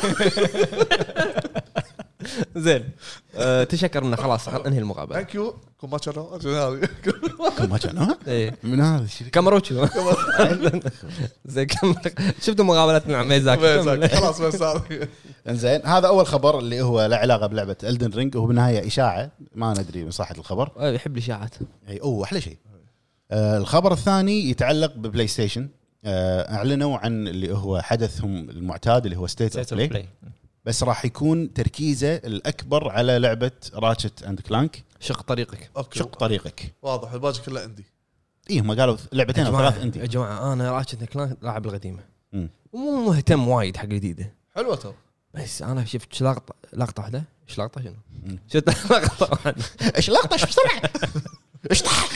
زين أه تشكر انه خلاص انهي المقابله. ثانك يو كوماتشارو. كم ما كان ها؟ ايه من هذا الشيء كاماروتشو. زين كم شفتوا مقابلتنا مع ميزاكي. خلاص بس هذا انزين هذا اول خبر اللي هو له علاقه بلعبه الدن رينج وهو بالنهايه اشاعه ما ندري من صحه الخبر. أه، يحب الاشاعات. اي اوه احلى شيء. آه الخبر الثاني يتعلق ببلاي ستيشن. آه اعلنوا عن اللي هو حدثهم المعتاد اللي هو ستيت اوف State of بلاي Play. بس راح يكون تركيزه الاكبر على لعبه راتشت اند كلانك شق طريقك. اوكي شق طريقك. واضح الباقي كله عندي. ايه هم قالوا لعبتين او ثلاث يا انتي. جماعه انا راشد كلان لاعب القديمه مم. ومو مهتم وايد حق الجديده. حلوه ترى. بس انا شفت لقطه لقطه واحده. ايش لقطه شنو؟ مم. شفت لقطه واحده. ايش لقطه ايش بسرعه ايش طاح.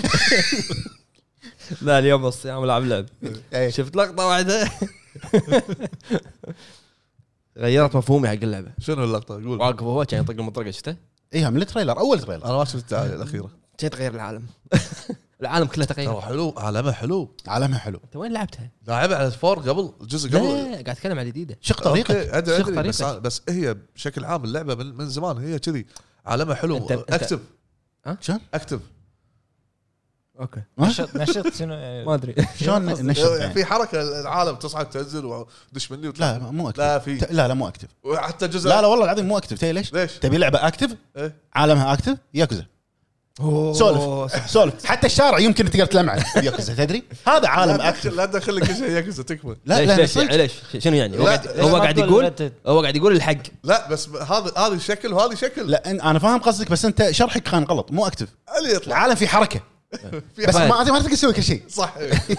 لا اليوم الصيام لعب لعب. إيه. شفت لقطه واحده غيرت مفهومي حق اللعبه. شنو اللقطه قول. واقف هو كان يطق المطرقه شفته ايه من التريلر اول تريلر. انا ما شفت الدعايه الاخيره. كان تغير العالم. العالم كله تغير. ترى حلو عالمه حلو. عالمها حلو. انت وين لعبتها؟ لاعبها على الفور قبل الجزء لا قبل. قاعد اتكلم عن الجديده. شق طريقك. أوكي، ادري شق ادري بس, طريقك. بس هي بشكل عام اللعبه من, من زمان هي كذي عالمها حلو. أنت- أنت- اكتف شلون؟ اكتف اوكي نشط نشط شنو يعني؟ ما ادري شلون نشط يعني؟ في حركه العالم تصعد تنزل ودش مني وتطلع. لا مو اكتف. لا في لا لا مو اكتف. وحتى جزء لا لا والله العظيم مو اكتف. تدري ليش؟ ليش؟ تبي لعبه اكتف إيه؟ عالمها اكتف ياكوزا. سولف سولف حتى الشارع يمكن تقدر تلمعه ياكوزا. تدري هذا عالم لا اكتف. تدخل لا تدخل لك شيء ياكوزا تكمل. لا ليش لا ليش صدق. يعني ليش شنو يعني هو لا، قاعد ليش هو ما قاعد تقول يقول ردد؟ هو قاعد يقول الحق لا بس هذا هذا شكل وهذا شكل. لا إن- انا فاهم قصدك بس انت شرحك كان غلط. مو اكتف. اللي يطلع العالم فيه حركه في بس فاهم. ما ما تقدر تسوي كل شيء. صح.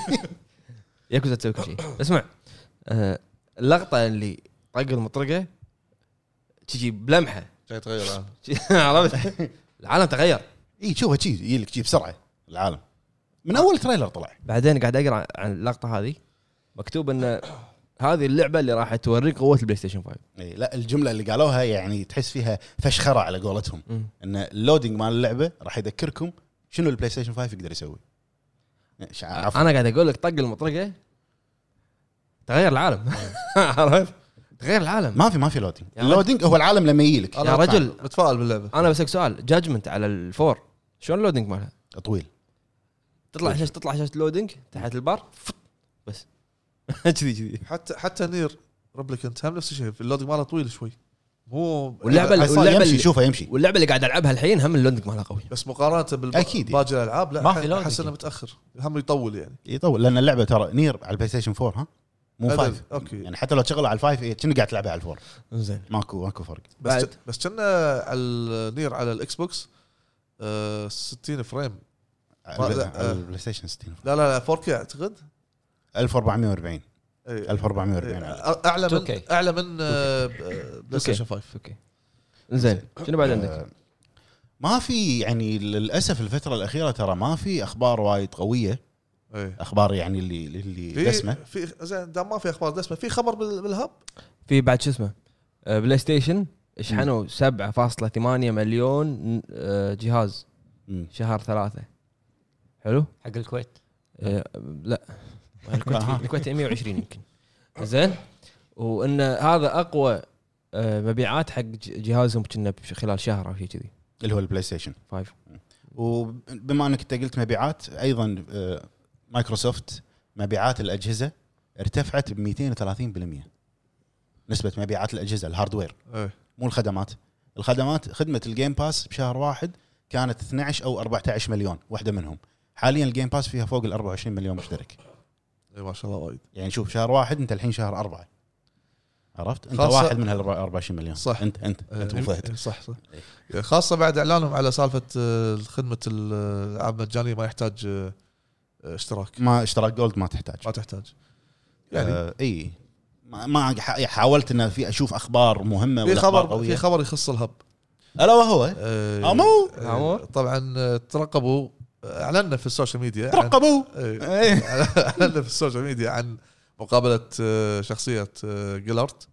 ياكوزا تسوي كل شيء. اسمع آه، اللقطه اللي طق المطرقه تجي بلمحه شيء يتغير العالم. عرفت العالم تغير. اي شوفها شي يجي لك شي بسرعه العالم من اول تريلر طلع. بعدين قاعد اقرا عن اللقطه هذه مكتوب ان هذه اللعبه اللي راح توريك قوه البلاي ستيشن خمسة. إيه لا الجمله اللي قالوها يعني تحس فيها فشخره على قولتهم مم. ان اللودينج مال اللعبه راح يذكركم شنو البلاي ستيشن خمسة يقدر يسوي. إيش عفوا. انا قاعد اقول لك طق المطرقه تغير العالم عرفت تغير العالم. ما في ما في لودينج. يا اللودينج هو العالم لما يجي لك أنا رجل. متفائل باللعبه. انا بسالك سؤال جاجمنت على الفور شلون اللودينج مالها؟ طويل. تطلع شاشه تطلع شاشه لودينج تحت البار بس كذي كذي. حتى حتى نير ريبليكنت هم نفس الشيء في اللودينج ماله طويل شوي. مو واللعبه أصلاً واللعبه يمشي اللي شوفه يمشي. واللعبه اللي قاعد العبها الحين هم اللودينج مالها قوي. بس مقارنه أكيد. بالباقي الالعاب لا ما في لودينج. احس انه متاخر هم يطول يعني. يطول لان اللعبه ترى نير على البلاي ستيشن فور ها مو هذا- فايف. اوكي يعني حتى لو تشغله على الفايف إيه، كأنك قاعد تلعبها على الفور. زين ماكو ماكو فرق. بس بعد. ج- بس كنا على النير على الاكس بوكس آه ستين فريم. على لا، على آه. البلاي ستيشن ستين لا لا لا فور كي اعتقد. ألف وأربعمية وأربعين إيه. ألف وأربعمية وأربعين. إيه. اعلى تو من كي. اعلى من آه، بلاي ستيشن خمسة. اوكي زين شنو بعد عندك؟ آه، ما في يعني للاسف الفتره الاخيره ترى ما في اخبار وايد قويه. ايه اخبار يعني اللي اللي في دسمه. في زين دام ما في اخبار دسمه في خبر بال- بالهب. في بعد شو اسمه آه، بلاي ستيشن شحنوا سبعة فاصلة ثمانية مليون آه، جهاز مم. شهر ثلاثة. حلو حق الكويت. آه، لا الكويت أها. الكويت مية وعشرين يمكن. زين وان هذا اقوى آه، مبيعات حق ج- جهازهم كنا خلال شهر او شيء كذي اللي هو البلاي ستيشن. خمسة. وبما انك انت قلت مبيعات ايضا آه، مايكروسوفت مبيعات الاجهزه ارتفعت ب مئتين وثلاثين بالمئة. نسبه مبيعات الاجهزه الهاردوير ايه مو الخدمات. الخدمات خدمه الجيم باس بشهر واحد كانت اثنا عشر او أربعة عشر مليون واحده منهم. حاليا الجيم باس فيها فوق ال أربعة وعشرين مليون مشترك. ايه ما شاء الله وايد. يعني شوف شهر واحد انت الحين شهر أربعة. عرفت انت خاصة- واحد من هال أربعة وعشرين مليون. صح. انت انت انت إيه، وفهد. إيه، صح صح. خاصه بعد اعلانهم على سالفه آه، خدمه الالعاب مجانيه ما يحتاج آه، آه، اشتراك. ما اشتراك جولد ما تحتاج. ما تحتاج يعني. آه اي ما, ما ح- حاولت ان في اشوف اخبار مهمه في ولا اخبار خبر قويه. في خبر يخص الهب. الا وهو آه، أمو. آه، أمور. طبعا آه، ترقبوا آه، اعلنا في السوشيال ميديا عن- ترقبوا. إيه، إيه. اعلنا في السوشيال ميديا عن مقابله آه، شخصيه آه، جيلارت.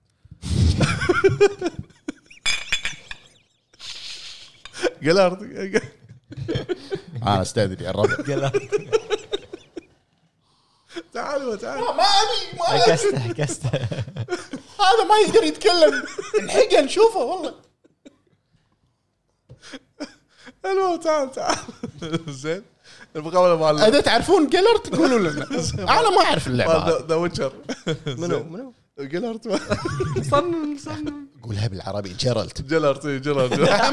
جيلارت انا استاذني الربع. تعالوا تعالوا. ما ابي ما أبي. كسته كسته. هذا ما يقدر يتكلم. نحقه نشوفه والله. المهم تعال تعال. زين المقابله مال اذا تعرفون جيلرت تقولوا لنا. انا ما اعرف اللعبه هذه. ذا ويتشر. منو منو جيلارت صمم صمم قولها بالعربي جيرالت. جيلارت جيلارت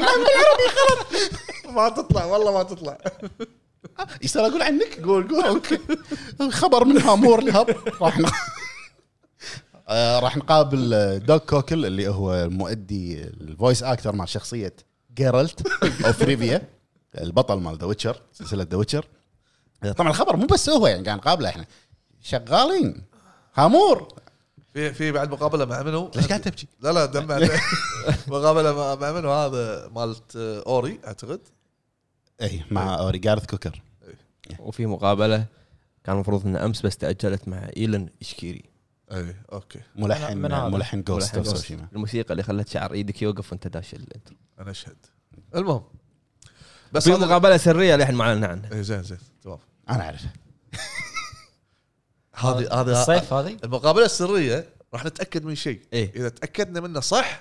ما تطلع والله ما تطلع. يصير اقول عنك. قول قول اوكي. خبر من هامور الهب. راح ن- آه، راح نقابل دوغ كوكل اللي هو المؤدي الفويس اكتر مع شخصيه جيرالت او فريفيا البطل مال ذا ويتشر سلسله ذا ويتشر. طبعا الخبر مو بس هو يعني قاعد نقابله احنا شغالين. هامور في في بعد مقابله مع منو؟ ليش قاعد تبكي؟ لا لا دمع. مقابله مع- مع منو هذا مالت اوري اعتقد. اي مع اوري جارث كوكر. وفي مقابله كان المفروض انها امس بس تاجلت مع ايلان اشكيري اي اوكي ملحن من هذا؟ ملحن جوست ملحن اوف Ghost. سوشيما. الموسيقى اللي خلت شعر ايدك يوقف وانت داش الانترو. انا اشهد. المهم بس في هذا- مقابله سريه اللي احنا ما اعلنا عنها. إيه زين زين تمام. انا اعرف. هذه هذه الصيف هذه المقابله السريه راح نتاكد من شيء. ايه اذا تاكدنا منه صح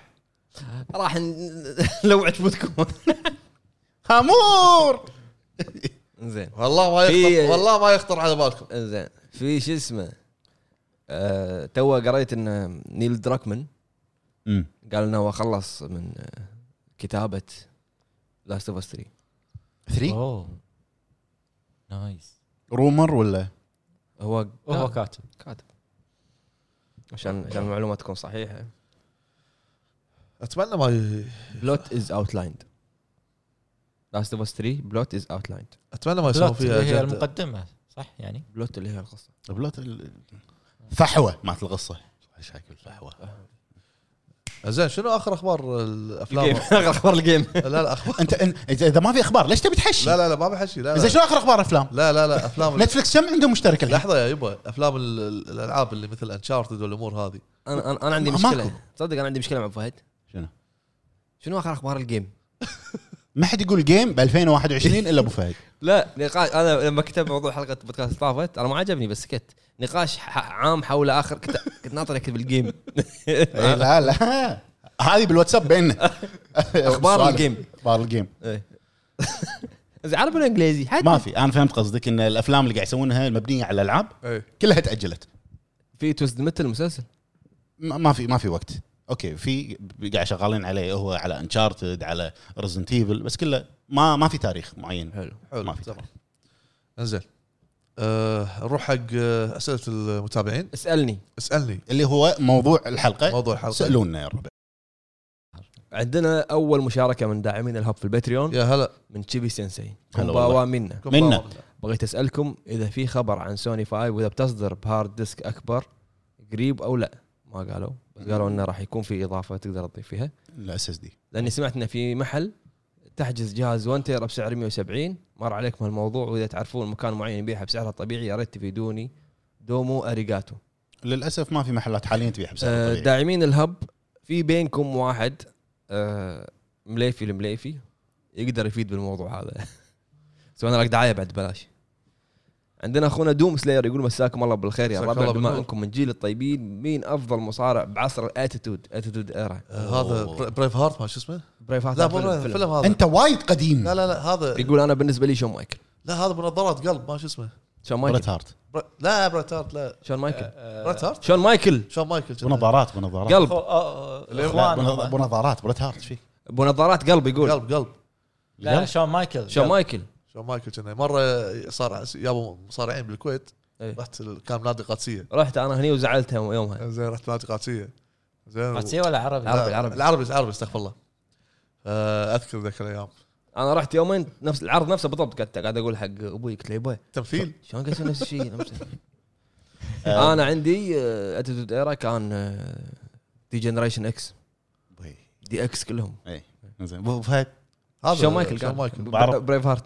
راح ن- نلوع جبتكم. هامور زين والله ما في- يخطر والله ما يخطر على بالكم. زين في شو اسمه أه تو قريت ان نيل دراكمان امم قال انه هو خلص من آه، كتابه لاست اوف اس ثلاثة. ثلاثة اوه نايس. رومر ولا هو وهو كاتب كاتب عشان عشان المعلومات تكون صحيحه. اتمنى ما ي... بلوت از اوتلايند لاست اوف اس ثلاثة بلوت از اوتلايند. اتمنى ما يسوون بلوت فيها هي جدة. المقدمه صح يعني. بلوت اللي هي القصه. بلوت ال- فحوه مالت القصه شكل فحوه. زين شنو اخر اخبار الافلام؟ اخبار الجيم. لا لا اخبار انت إن- اذا إذا ما في اخبار ليش تبي تحشي؟ لا لا لا ما بحشي. لا زين لا شنو اخر اخبار افلام؟ لا لا, لا افلام نتفلكس كم عندهم مشترك الحين؟ لحظه يا يبا افلام ال- ال- الالعاب اللي مثل انشارتد والامور هذه. انا انا أنا عندي ما- ماكو. مشكله تصدق انا عندي مشكله مع أبو فهد. شنو؟ شنو اخر اخبار الجيم؟ ما حد يقول جيم ب ألفين وواحد وعشرين الا ابو فهد. لا نقاش انا لما كتب موضوع حلقه بودكاست طافت انا ما عجبني بس سكت. نقاش ح- عام حول اخر كنت كنت ناطر اكتب الجيم. إيه لا لا هذه بالواتساب بيننا. اخبار سؤال. الجيم. اخبار الجيم زين عربي ولا انجليزي؟ حد ما في. انا فهمت قصدك ان الافلام اللي قاعد يسوونها المبنيه على الالعاب اي كلها تاجلت. في توست مثل المسلسل. ما ما في ما في وقت. اوكي في قاعد شغالين عليه هو على انشارتد على ريزنت ايفل بس كله ما ما في تاريخ معين. حلو. حلو ما في تمام. تاريخ. انزين أه نروح حق آه، اسئله المتابعين. اسالني. اسالني اللي هو موضوع الحلقه. موضوع الحلقه. سالونا يا ربع. عندنا اول مشاركه من داعمين الهب في الباتريون يا هلا من تشيبي سensei. هلا كومباوا منا. منا. بغيت اسالكم اذا في خبر عن سوني خمسة واذا بتصدر بهارد ديسك اكبر قريب او لا. ما قالوا بس قالوا انه راح يكون في اضافه تقدر تضيف فيها. الاس اس دي. لاني سمعت انه في محل تحجز جهاز واحد تيرا بسعر مية وسبعين. مر عليكم هالموضوع واذا تعرفون مكان معين يبيعها بسعرها الطبيعي يا ريت تفيدوني. دومو اريجاتو. للاسف ما في محلات حاليا تبيعها بسعر آه، طبيعي. داعمين الهب في بينكم واحد آه، مليفي المليفي يقدر يفيد بالموضوع هذا. سوينا لك دعايه بعد بلاش. عندنا اخونا دوم سلاير يقول مساكم الله بالخير يا مساك ربع الله بما بالنور. انكم من جيل الطيبين مين افضل مصارع بعصر الاتيتود اتيتود ايرا؟ آه، هذا أوه. بريف هارت ما شو اسمه؟ بريف هارت لا فيلم, فيلم, فيلم. فيلم هذا. انت وايد قديم. لا لا لا هذا يقول انا بالنسبه لي شون مايكل. لا هذا بنظارات قلب ما شو اسمه. شون بريت مايكل هارت. بر... لا بريت هارت لا شون مايكل بريت هارت شون مايكل شون مايكل كذا. بنظارات بنظارات. قلب لا، اخوان بنظارات بريت هارت فيك. بنظارات قلب يقول قلب قلب لا شون مايكل شون مايكل شون مايكل كنا مره صار يابو مصارعين بالكويت. إيه. رحت ال- كان نادي قادسيه. رحت انا هني وزعلتها يومها. زين رحت نادي قادسيه. زين قادسية ولا عربي؟ عربي. لا، العربي. العربي العربي استغفر الله. آه، اذكر ذاك الايام انا رحت يومين نفس العرض نفسه بالضبط. كنت قاعد اقول حق ابوي قلت له يبا تمثيل. شلون قاعد يسوي نفس الشيء نفس انا عندي اتيتود ايرا كان دي جنريشن اكس بي. دي اكس كلهم. اي زين ابو فهد. هذا شون مايكل شون كان مايكل. بعرف. بريف هارت.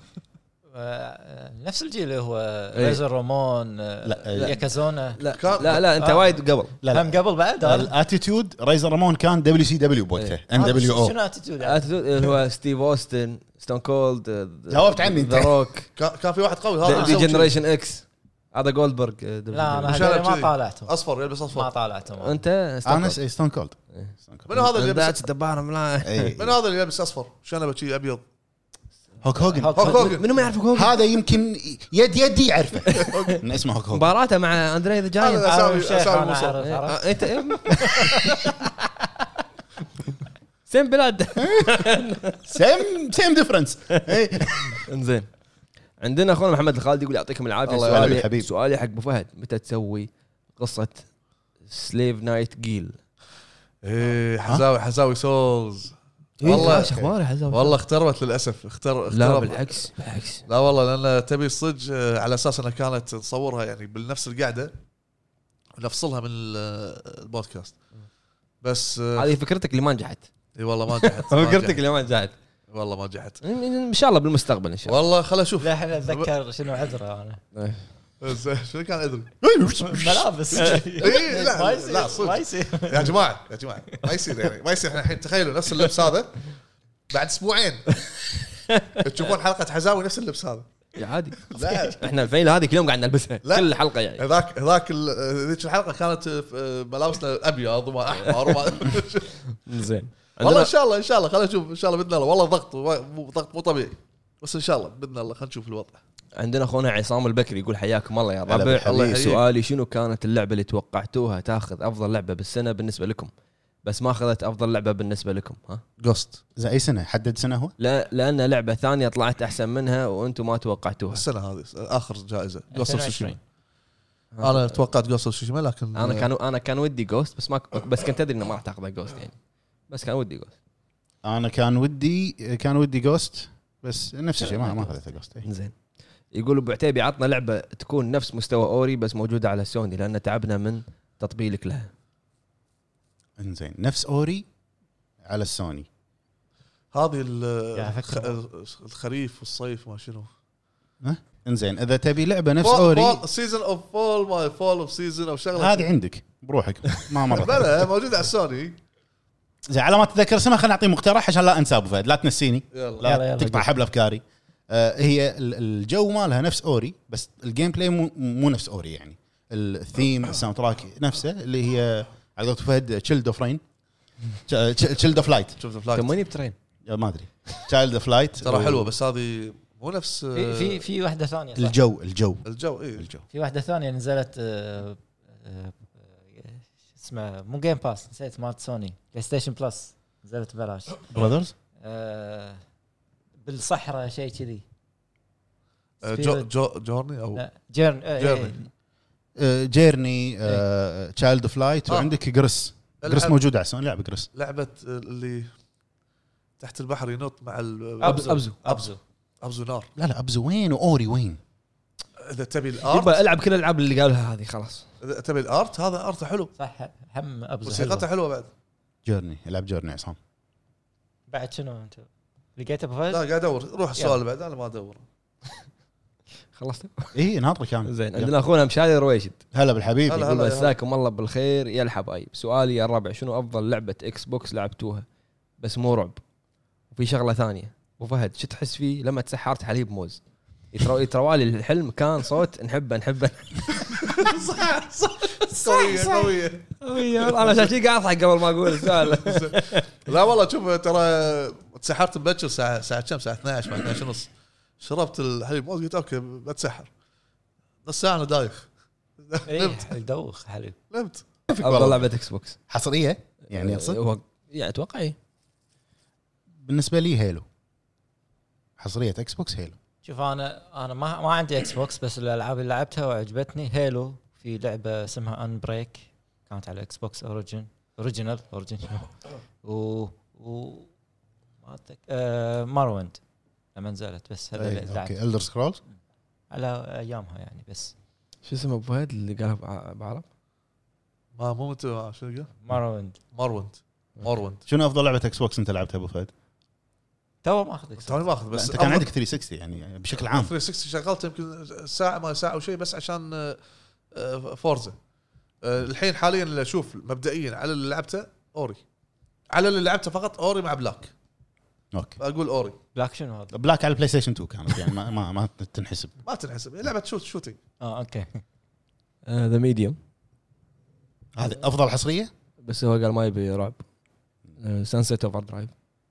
آه، نفس الجيل اللي هو إيه. ريزر رومون آه، لا، لا. ياكازونا لا كان- لا لا انت آه. وايد قبل. لا هم لا قبل بعد هذا؟ الاتيتيود رايزر رامون كان دبليو سي دبليو بوقتها ان دبليو او. شنو اتيتيود؟ اتيتود اللي هو ستيف اوستن ستون كولد جاوبت عني أنت. ذا روك كان كان في واحد قوي هذا دي يسوي جنريشن اكس هذا جولدبرغ. لا انا مش هذول أنا ما كذي. طالعتهم شيء. اصفر يلبس ما اصفر. طالعتهم انت انا ستون كولد. منو هذا اللي ذاتس يلبس ذا بارم لاين. منو هذا اللي يلبس اصفر شنبه شيء ابيض؟ هوك هوجن. هوك هوك هوجن. منو ما يعرف هوجن؟ هذا يمكن يد يدي يعرفه. إن اسمه هوك هوجن. مباراته مع اندري ذا جاينت. هذا عارف أسامي- الشيخ أسامي انا موسى. اعرف عرفت. انت إيه؟ سيم بلاد. سيم سيم ديفرنس. انزين عندنا اخونا محمد الخالد يقول يعطيكم العافيه. الله يعافيك سؤالي حبيب. سؤالي حق ابو فهد متى تسوي قصه سليف نايت جيل؟ ايه حزاوي حزاوي سولز. والله والله ايش اخباري حزام؟ والله اختربت للاسف اختر لا اخترب. بالعكس بالعكس. لا والله لان تبي الصج آه، على اساس انها كانت تصورها يعني بنفس القعده نفصلها من ال- البودكاست بس آه، هذه فكرتك اللي ما نجحت. اي والله ما نجحت ما فكرتك نجحت. اللي ما نجحت. والله ما نجحت ان شاء الله بالمستقبل ان شاء الله. والله خل اشوف لا احنا اتذكر شنو عذره انا زين، شنو كان ادري ملابس إيه، لا، ما يصير لا، صدق. ما يصير يا جماعه يا جماعه ما يصير يعني ما يصير. احنا الحين تخيلوا نفس اللبس هذا بعد اسبوعين تشوفون حلقه حزاوي نفس اللبس هذا. يا عادي. لا احنا الفيله هذه كل يوم قاعد نلبسها لا. كل حلقه يعني. هذاك هذاك ال- ذيك الحلقه كانت آه، ملابسنا ابيض وما احمر وما زين والله ان شاء الله ان شاء الله خلينا نشوف ان شاء الله باذن الله. والله ضغط مو ضغط مو طبيعي بس ان شاء الله باذن الله خلينا نشوف الوضع. عندنا اخونا عصام البكري يقول حياكم الله يا هلا ربع. بالحبيب. الله يحييك. سؤالي شنو كانت اللعبه اللي توقعتوها تاخذ افضل لعبه بالسنه بالنسبه لكم بس ما اخذت افضل لعبه بالنسبه لكم؟ ها جوست زي اي سنه حدد سنه هو لا لان لعبه ثانيه طلعت احسن منها وانتم ما توقعتوها. السنه هذه اخر جائزه جوست اوف ألفين سوشيما. انا توقعت جوست اوف سوشيما لكن انا كان انا كان ودي جوست بس ما بس كنت ادري انه ما راح تاخذها جوست يعني بس كان ودي جوست. انا كان ودي كان ودي جوست بس نفس الشيء ما ما اخذت جوست. زين يقول ابو عتيبي عطنا لعبه تكون نفس مستوى اوري بس موجوده على سوني لان تعبنا من تطبيلك لها. انزين نفس اوري على السوني. هذه ال- يا فكرة. الخ- الخريف والصيف ما شنو انزين اذا تبي لعبه نفس اوري سيزون اوف فول ماي فول اوف سيزون او شغله هذه عندك بروحك ما مرت. بلا موجوده على السوني. زين على ما تتذكر اسمها خليني اعطي مقترح عشان لا انسى ابو فهد لا تنسيني يلا يلا، لا يلا، تقطع قول. حبل افكاري. آه هي ال- الجو مالها نفس اوري بس الجيم بلاي مو, مو نفس اوري يعني الثيم الساوند تراك نفسه اللي هي على قولة فهد تشيلد اوف رين تشيلد اوف لايت شفت فلايت تمني بترين ما ادري تشايلد اوف لايت ترى حلوه بس هذه مو نفس في في في واحده ثانيه صح؟ الجو الجو الجو اي الجو في واحده ثانيه نزلت آه، آه، اسمها مو جيم باس نسيت مالت سوني بلاي ستيشن بلس نزلت ببلاش براذرز آه، بالصحراء شيء كذي جو جو جورني او لا جيرن آه، جيرني. إيه. جيرني تشايلد اوف لايت آه. وعندك جريس جريس العب- موجود على سوني لعبه جريس لعبه اللي تحت البحر ينط مع ال- أبزو. أبزو. ابزو ابزو نار. لا لا ابزو وين واوري وين اذا تبي الارت يبا العب كل الالعاب اللي قالها هذه خلاص. اذا تبي الارت هذا ارته حلو صح هم ابزو موسيقته حلوه بعد. جيرني العب جيرني عصام بعد شنو انت لقيت ابو فهد؟ لا قاعد ادور روح السؤال اللي بعد انا ما ادور. خلصت. اي ناطرك كان زين عندنا اخونا مشاري رويشد هلا بالحبيب هلا. يقول يا مساكم الله بالخير يا الحبايب. سؤالي يا الربع شنو افضل لعبه اكس بوكس لعبتوها بس مو رعب؟ وفي شغله ثانيه ابو فهد شو تحس فيه لما تسحرت حليب موز يترو يتروالي الحلم كان صوت نحبه نحبه. صح صح قويه قويه. انا عشان شي قاعد اضحك قبل ما اقول السؤال. لا والله شوف ترى تسحرت مبكر ساعه ساعه كم ساعه اثناشر بعد اثناشر ونص شربت الحليب موز قلت اوكي بتسحر نص ساعه انا دايخ ايه يدوخ حليب نمت. افضل لعبه اكس بوكس حصريه يعني اقصد هو يعني اتوقع ايه بالنسبه لي هيلو حصريه اكس بوكس هيلو. شوف انا انا ما ما عندي اكس بوكس بس الالعاب اللي لعبتها وعجبتني هيلو في لعبه اسمها ان بريك كانت على اكس بوكس اوريجن اوريجينال اوريجن و و ما أتذكر آه مارويند لما نزلت بس هذا اللي لعبت اوكي الدر سكرولز على ايامها يعني بس شو اسمه ابو فهد اللي قالها بعرب ما مو مت شنو قال مارويند مارويند مارويند شنو افضل لعبه اكس بوكس انت لعبتها ابو فهد؟ تو ما اخذ اكس توني ماخذ بس بس انت كان عندك ثلاثمية وستين يعني بشكل عام. ثلاثمية وستين شغلت يمكن ساعه ما ساعه او شيء بس عشان آه، آه، فورزا. آه، الحين حاليا اللي اشوف مبدئيا على اللي لعبته اوري على اللي لعبته فقط اوري مع بلاك اوكي اقول اوري بلاك شنو هذا بلاك على البلاي ستيشن تو كانت يعني ما ما, ما تنحسب. ما تنحسب لعبه شوت شوتينج. اه اوكي ذا ميديوم هذه افضل حصريه. بس هو قال ما يبي رعب. سانسيت اوفر درايف.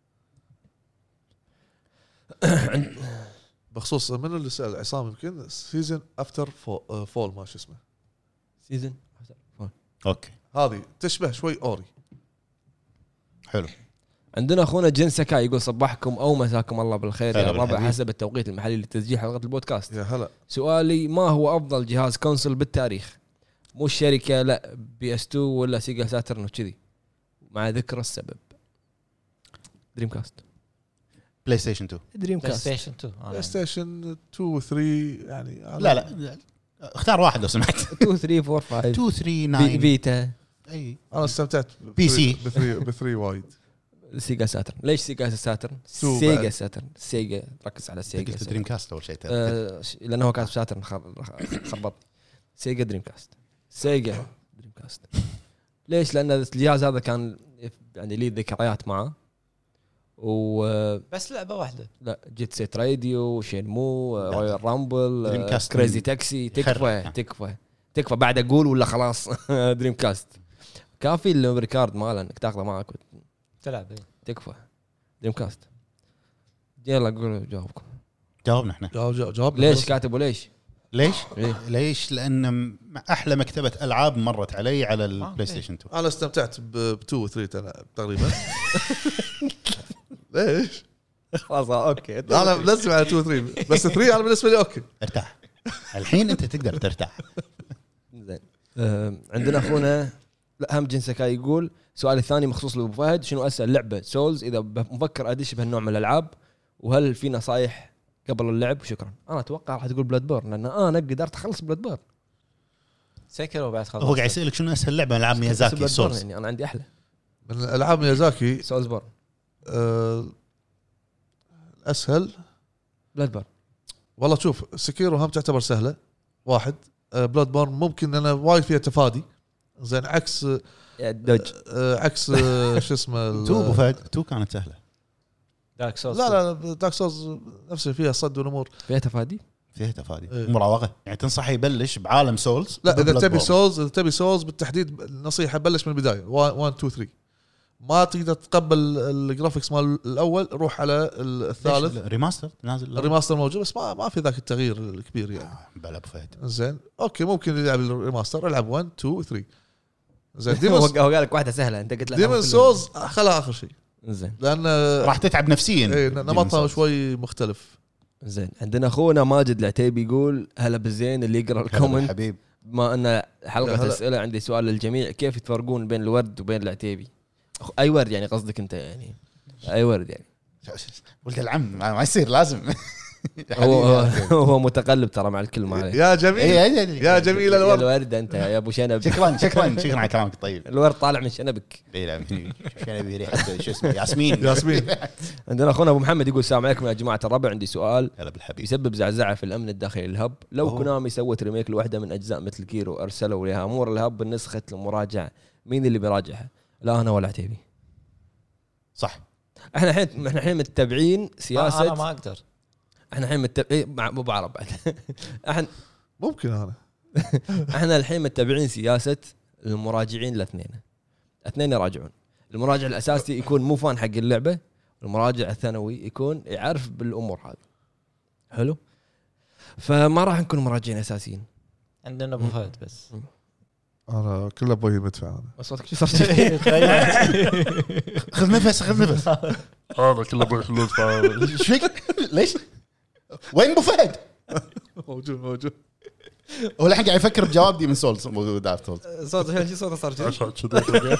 بخصوص من اللي سأل عصام يمكن سيزن افتر فول ما شو اسمه سيزن اوكي هذه تشبه شوي اوري. حلو. عندنا اخونا جن سكاي يقول صباحكم او مساكم الله بالخير هلا يا الربع بالحبيب. حسب التوقيت المحلي لتسجيل حلقه البودكاست. يا هلا سؤالي ما هو افضل جهاز كونسول بالتاريخ؟ مو الشركه لا بي اس تو ولا سيجا ساترن وكذي مع ذكر السبب. دريم كاست بلاي ستيشن تو. دريم بلاي كاست ستيشن تو بلاي ستيشن اثنين و ثلاثة يعني لا لا اختار واحد لو سمحت. اثنين ثلاثة أربعة خمسة اثنين ثلاثة في- تسعة فيتا اي انا استمتعت بي سي. بثري بثري وايد. سيجا ساترن. ليش سيجا ساترن؟ تو سيجا بعد. ساترن سيجا ركز على سيجا قلت ساترن. دريم كاست اول شيء. آه، ش- لانه هو كان ساترن خر- خربط. سيجا دريم كاست سيجا دريم كاست. ليش؟ لان الجهاز هذا كان يعني لي ذكريات معه و بس لعبه واحده لا جيت سيت راديو شينمو لا. رويال رامبل دريم كاست كريزي من- تاكسي يخرب تكفى يعني. تكفى تكفى بعد اقول ولا خلاص. دريم كاست كافي الميموري كارد ماله انك تاخذه معك تلعب إيه. تكفى. دريم كاست يلا قولوا جاوبكم. جاوبنا احنا. جاوب جاوب جاوب ليش كاتب وليش؟ ليش؟ إيه؟ ليش؟ لان م- احلى مكتبه العاب مرت علي على البلاي ستيشن اثنين. انا استمتعت ب اثنين و ثلاثة تقريبا. ليش؟ خلاص اوكي انا لازم على اثنين و ثلاثة بس ثلاثة انا بالنسبه لي اوكي. ارتاح الحين انت تقدر ترتاح. زين. آه، عندنا اخونا لا هم جنسكاي يقول سؤال الثاني مخصوص لابو فهد، شنو اسهل لعبه سولز اذا مفكر ادش بهالنوع من الالعاب، وهل في نصايح قبل اللعب؟ شكرا. انا اتوقع راح تقول بلاد بورن لان انا قدرت اخلص بلاد بورن. سكر وبعد خلاص هو قاعد يسالك شنو اسهل لعبه من العاب ميازاكي سولز. يعني انا عندي احلى من العاب ميازاكي سولز بورن أه اسهل بلاد بورن. والله شوف سكيرو هم تعتبر سهله واحد. أه بلاد بورن ممكن انا وايد فيها تفادي زين عكس يا دوج أه عكس أه شو اسمه تو ابو فهد تو كانت سهله. دارك سولز لا لا دارك سولز نفسه فيها صد والامور فيها تفادي. فيها تفادي إيه. مراوغه يعني تنصح يبلش بعالم سولز. لا اذا ببلاد تبي بورن. سولز اذا تبي سولز بالتحديد نصيحه بلش من البدايه واحد اثنين ثلاثة. ما تقدر تقبل الجرافيكس مال الاول روح على الثالث. ليش؟ ريماستر نازل الريماستر موجود بس ما ما في ذاك التغيير الكبير يعني. بلا ابو فهد زين اوكي ممكن يلعب الريماستر العب واحد اثنين ثلاثة. زين هو ديمون هو قال لك واحده سهله انت قلت له ديمون سولز خلها اخر شيء زين. لان راح تتعب نفسيا. ايه Demon's نمطها Souls. شوي مختلف. زين عندنا اخونا ماجد العتيبي يقول هلا بالزين اللي يقرا هلا الكومنت. حبيب. بما ان حلقه هلا. اسئله عندي سؤال للجميع، كيف تفرقون بين الورد وبين العتيبي؟ أخ- اي ورد يعني قصدك انت يعني اي ورد يعني ولد العم ما ما يصير لازم. هو هو- هو متقلب ترى مع الكل ما عليه. يا جميل إيه، يا جميل يا الورد. الورد انت يا ابو شنب. شكرا شكرا شكرا على كلامك الطيب. الورد طالع من شنبك. اي لا شو ابي ريحه شو اسمه ياسمين. ياسمين عندنا اخونا ابو محمد يقول السلام عليكم يا جماعه الربع، عندي سؤال هلا بالحبيب. يسبب زعزعه في الامن الداخلي للهب. لو أوه. كونامي سوت ريميك لوحده من اجزاء مثل كيرو ارسلوا لها امور الهب بالنسخه المراجعه، مين اللي بيراجعها؟ لا انا ولا عتيبي. صح. احنا الحين احنا الحين متبعين سياسه. انا ما اقدر. احنا الحين متبعين مع مو بعرب بعد. احنا ممكن انا احنا الحين متبعين سياسه المراجعين الاثنين. اثنين يراجعون. المراجع الاساسي يكون مو فان حق اللعبه، المراجع الثانوي يكون يعرف بالامور هذه. حلو. فما راح نكون مراجعين اساسيين. عندنا ابو فهد بس. انا كله ابوي مدفع انا. صوتك شو صار كذي؟ خذ نفس خذ نفس. هذا كله ابوي فلوس. ايش فيك؟ ليش؟ وين ابو فهد؟ موجود موجود. هو الحين قاعد يفكر بجواب دي من سولز مو دارك سولز. صوت الحين شو صوته صار كذي؟ عشان كذا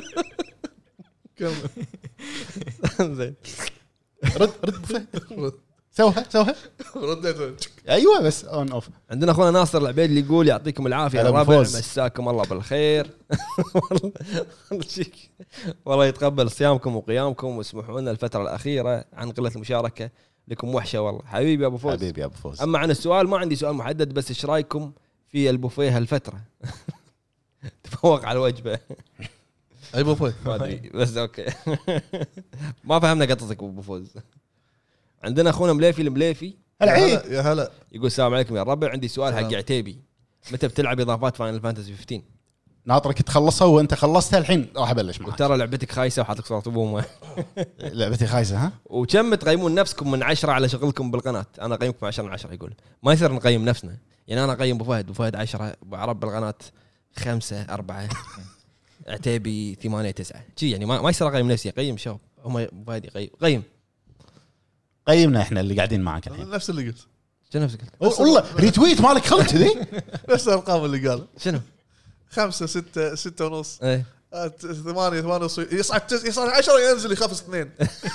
زين. رد رد ابو فهد. سوها سوها. رديت. ايوه بس اون اوف. عندنا اخونا ناصر العبيد اللي يقول يعطيكم العافيه هلا الربع، بالفوز. مساكم الله بالخير. والله شيك. والله يتقبل صيامكم وقيامكم، واسمحوا لنا الفتره الاخيره عن قله المشاركه، لكم وحشه والله. حبيبي يا ابو فوز. حبيبي يا ابو فوز. اما عن السؤال ما عندي سؤال محدد، بس ايش رايكم في البوفيه هالفتره؟ تفوق على الوجبه. اي ابو فهد ما ادري بس اوكي. ما فهمنا قطتك ابو فوز. عندنا اخونا مليفي المليفي العيد. يا هلا. يقول السلام عليكم يا الربع، عندي سؤال حق سلام. عتيبي، متى بتلعب اضافات فاينل فانتسي خمسة عشر؟ ناطرك تخلصها وانت خلصتها الحين راح ابلش معك. وترى لعبتك خايسه وحاطك صوره ابوه. لعبتي خايسه ها؟ وكم تقيمون نفسكم من عشرة على شغلكم بالقناه؟ انا اقيمكم عشرة من عشرة. يقول ما يصير نقيم نفسنا، يعني انا اقيم ابو فهد وفهد عشرة، بعرب بالقناه خمسة أربعة، عتيبي ثمانية تسعة شي، يعني ما ما يصير اقيم نفسي، اقيم شباب هم. ابو فهد يقيم قيم قيمنا احنا اللي قاعدين معك الحين. نفس اللي قلت شنو نفسك قلت؟ والله ريتويت مالك خلط كذي. نفس الارقام اللي قال. شنو؟ خمسة ستة ستة ونص ايه آه، ثمانية ثمانية ونص يصعد تس... يصعد عشرة ينزل يخفص اثنين.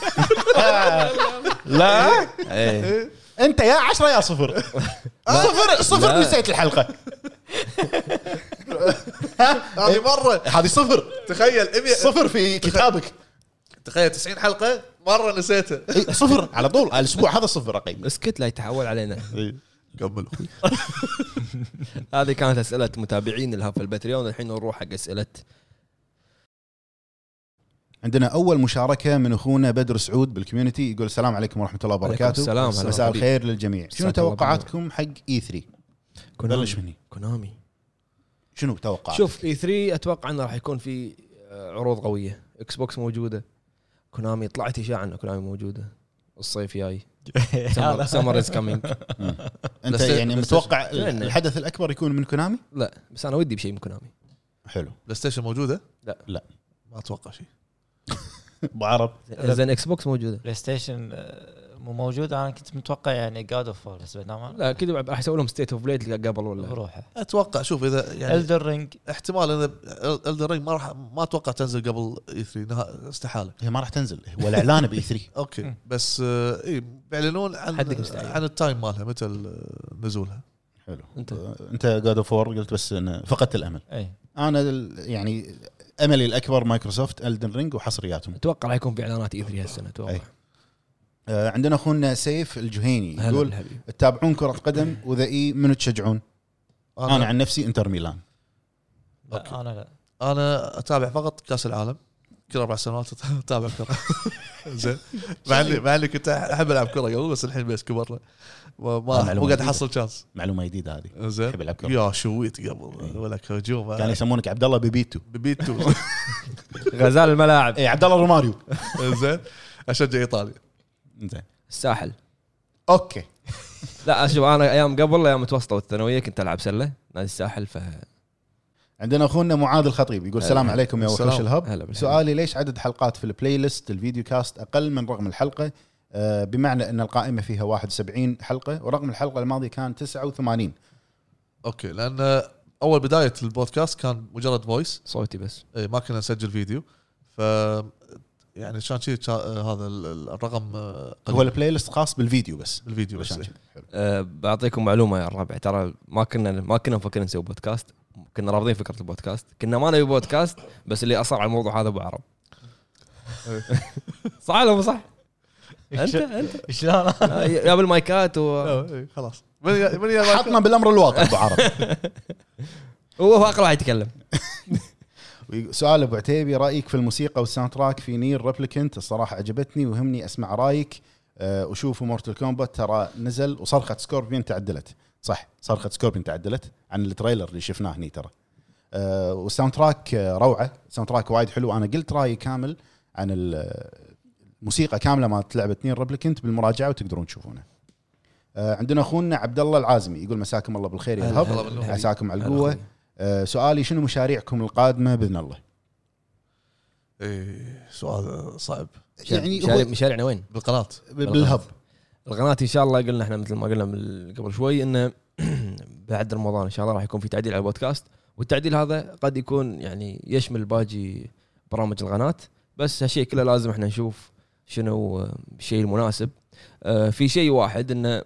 لا ايه انت يا عشرة يا صفر. صفر صفر لا. نسيت الحلقه. هذه مرة هذه صفر تخيل مية صفر في كتابك. تخيل تسعين حلقة مرة نسيتها. إيه، صفر على طول الاسبوع هذا صفر رقيم. اسكت لا يتحول علينا. كمل. هذه كانت اسئله متابعين الهب في الباتريون. الحين نروح حق اسئله. عندنا اول مشاركه من اخونا بدر سعود بالكوميونتي، يقول السلام عليكم ورحمه الله وبركاته. السلام. مساء الخير للجميع. شنو مساك الله توقعاتكم حق اي ثري؟ بلش مني. كونامي. شنو توقعات؟ شوف اي ثري اتوقع انه راح يكون في عروض قويه. اكس بوكس موجوده، كونامي طلعت اشاعه ان كونامي موجوده الصيف جاي، سمر از كامينج. انت بس- يعني بس- متوقع لأن- الحدث الاكبر يكون من كونامي؟ لا بس انا ودي بشيء من كونامي. حلو. بلاي ستيشن موجوده؟ لا. لا. ما اتوقع شيء. ابو عرب زين اكس بوكس موجوده. بلاي ستيشن آه، مو موجود. انا كنت متوقع يعني جاد اوف وور بس ما لا اكيد راح يسوي لهم ستيت اوف بليد قبل ولا بروحه. اتوقع شوف اذا يعني الدر رينج احتمال ان الدر رينج ما راح ما اتوقع تنزل قبل اي ثلاثة نها- استحاله. هي ما راح تنزل ولا اعلان باي ثلاثة. اوكي م. بس آه، اي بيعلنون عن حدك مستعجل. عن التايم مالها متى ال- نزولها. حلو. انت انت جاد اوف وور قلت بس إن فقدت الامل. اي انا ال- يعني املي الاكبر مايكروسوفت الدن رينج وحصرياتهم. اتوقع راح يكون في اعلانات اي ثلاثة هالسنه اتوقع. أي. آه عندنا اخونا سيف الجهيني هلا يقول بالحبيب. تتابعون كرة قدم واذا اي منو تشجعون؟ انا انا عن نفسي انتر ميلان. أوكي. لا انا لا انا اتابع فقط كاس العالم كل اربع سنوات اتابع كره. زين مع اني مع اني كنت احب العب كره قبل بس الحين بس كبرنا ما آه، ما معلومة مو قاعد جديدة. احصل شانس. معلومه جديده هذه. زين يحب يلعب كرة. يا شويت قبل ولك هجوم كانوا يسمونك عبد الله بيبيتو. ببيتو. غزال الملاعب. اي عبد الله روماريو. زين اشجع ايطاليا. زين الساحل. اوكي. لا اشوف انا ايام قبل ايام متوسطه والثانويه كنت العب سله نادي الساحل. ف عندنا اخونا معاذ الخطيب يقول السلام هلا. عليكم يا السلام. وحوش الهب. هلا بالحبيب. سؤالي ليش عدد حلقات في البلاي ليست الفيديو كاست اقل من رقم الحلقه؟ آه، بمعنى ان القائمه فيها واحد وسبعين حلقه ورقم الحلقه الماضيه كان تسعة وثمانين. اوكي لان اول بدايه البودكاست كان مجرد فويس صوتي بس. ما كنا نسجل فيديو ف يعني عشان شيء هذا ال- ال- الرقم آه، قليل هو البلاي ليست خاص بالفيديو بس. بالفيديو بس. عشان شي. حلو. أه بعطيكم معلومه يا الربع. ترى ما كنا ما كنا مفكرين نسوي بودكاست. كنا رافضين فكره البودكاست. كنا ما نبي بودكاست بس اللي اصر على الموضوع هذا ابو عرب. صح ولا مو صح؟ انت انت شلون آه، يا بالمايكات و... آه، إيه، خلاص من ي- من ي- حطنا بالامر الواقع ابو عرب. هو اقرا واحد يتكلم. سؤال ابو عتيبي رايك في الموسيقى والساوند تراك في نير ريبليكنت؟ الصراحه عجبتني وهمني اسمع رايك. أه وشوفوا مورتال كومبات ترى نزل وصرخه سكوربيون تعدلت. صح صرخه سكوربيون تعدلت عن التريلر اللي شفناه هني ترى. أه والساوند تراك آه، روعه. الساوند تراك وايد حلو. انا قلت رايي كامل عن الموسيقى كامله ما لعبه نير ريبليكنت بالمراجعه وتقدرون تشوفونه. أه عندنا اخونا عبد الله العازمي يقول مساكم الله بالخير يا هلا الهب. بالنور. عساكم على القوه. أه سؤالي شنو مشاريعكم القادمه باذن الله؟ إيه، سؤال صعب يعني مشاريع هو مشاريعنا وين؟ بالقناه. بالهب. القناه ان شاء الله قلنا احنا مثل ما قلنا من قبل شوي انه بعد رمضان ان شاء الله راح يكون في تعديل على البودكاست. والتعديل هذا قد يكون يعني يشمل باقي برامج القناه. بس هالشيء كله لازم احنا نشوف شنو الشيء المناسب. آه، في شيء واحد انه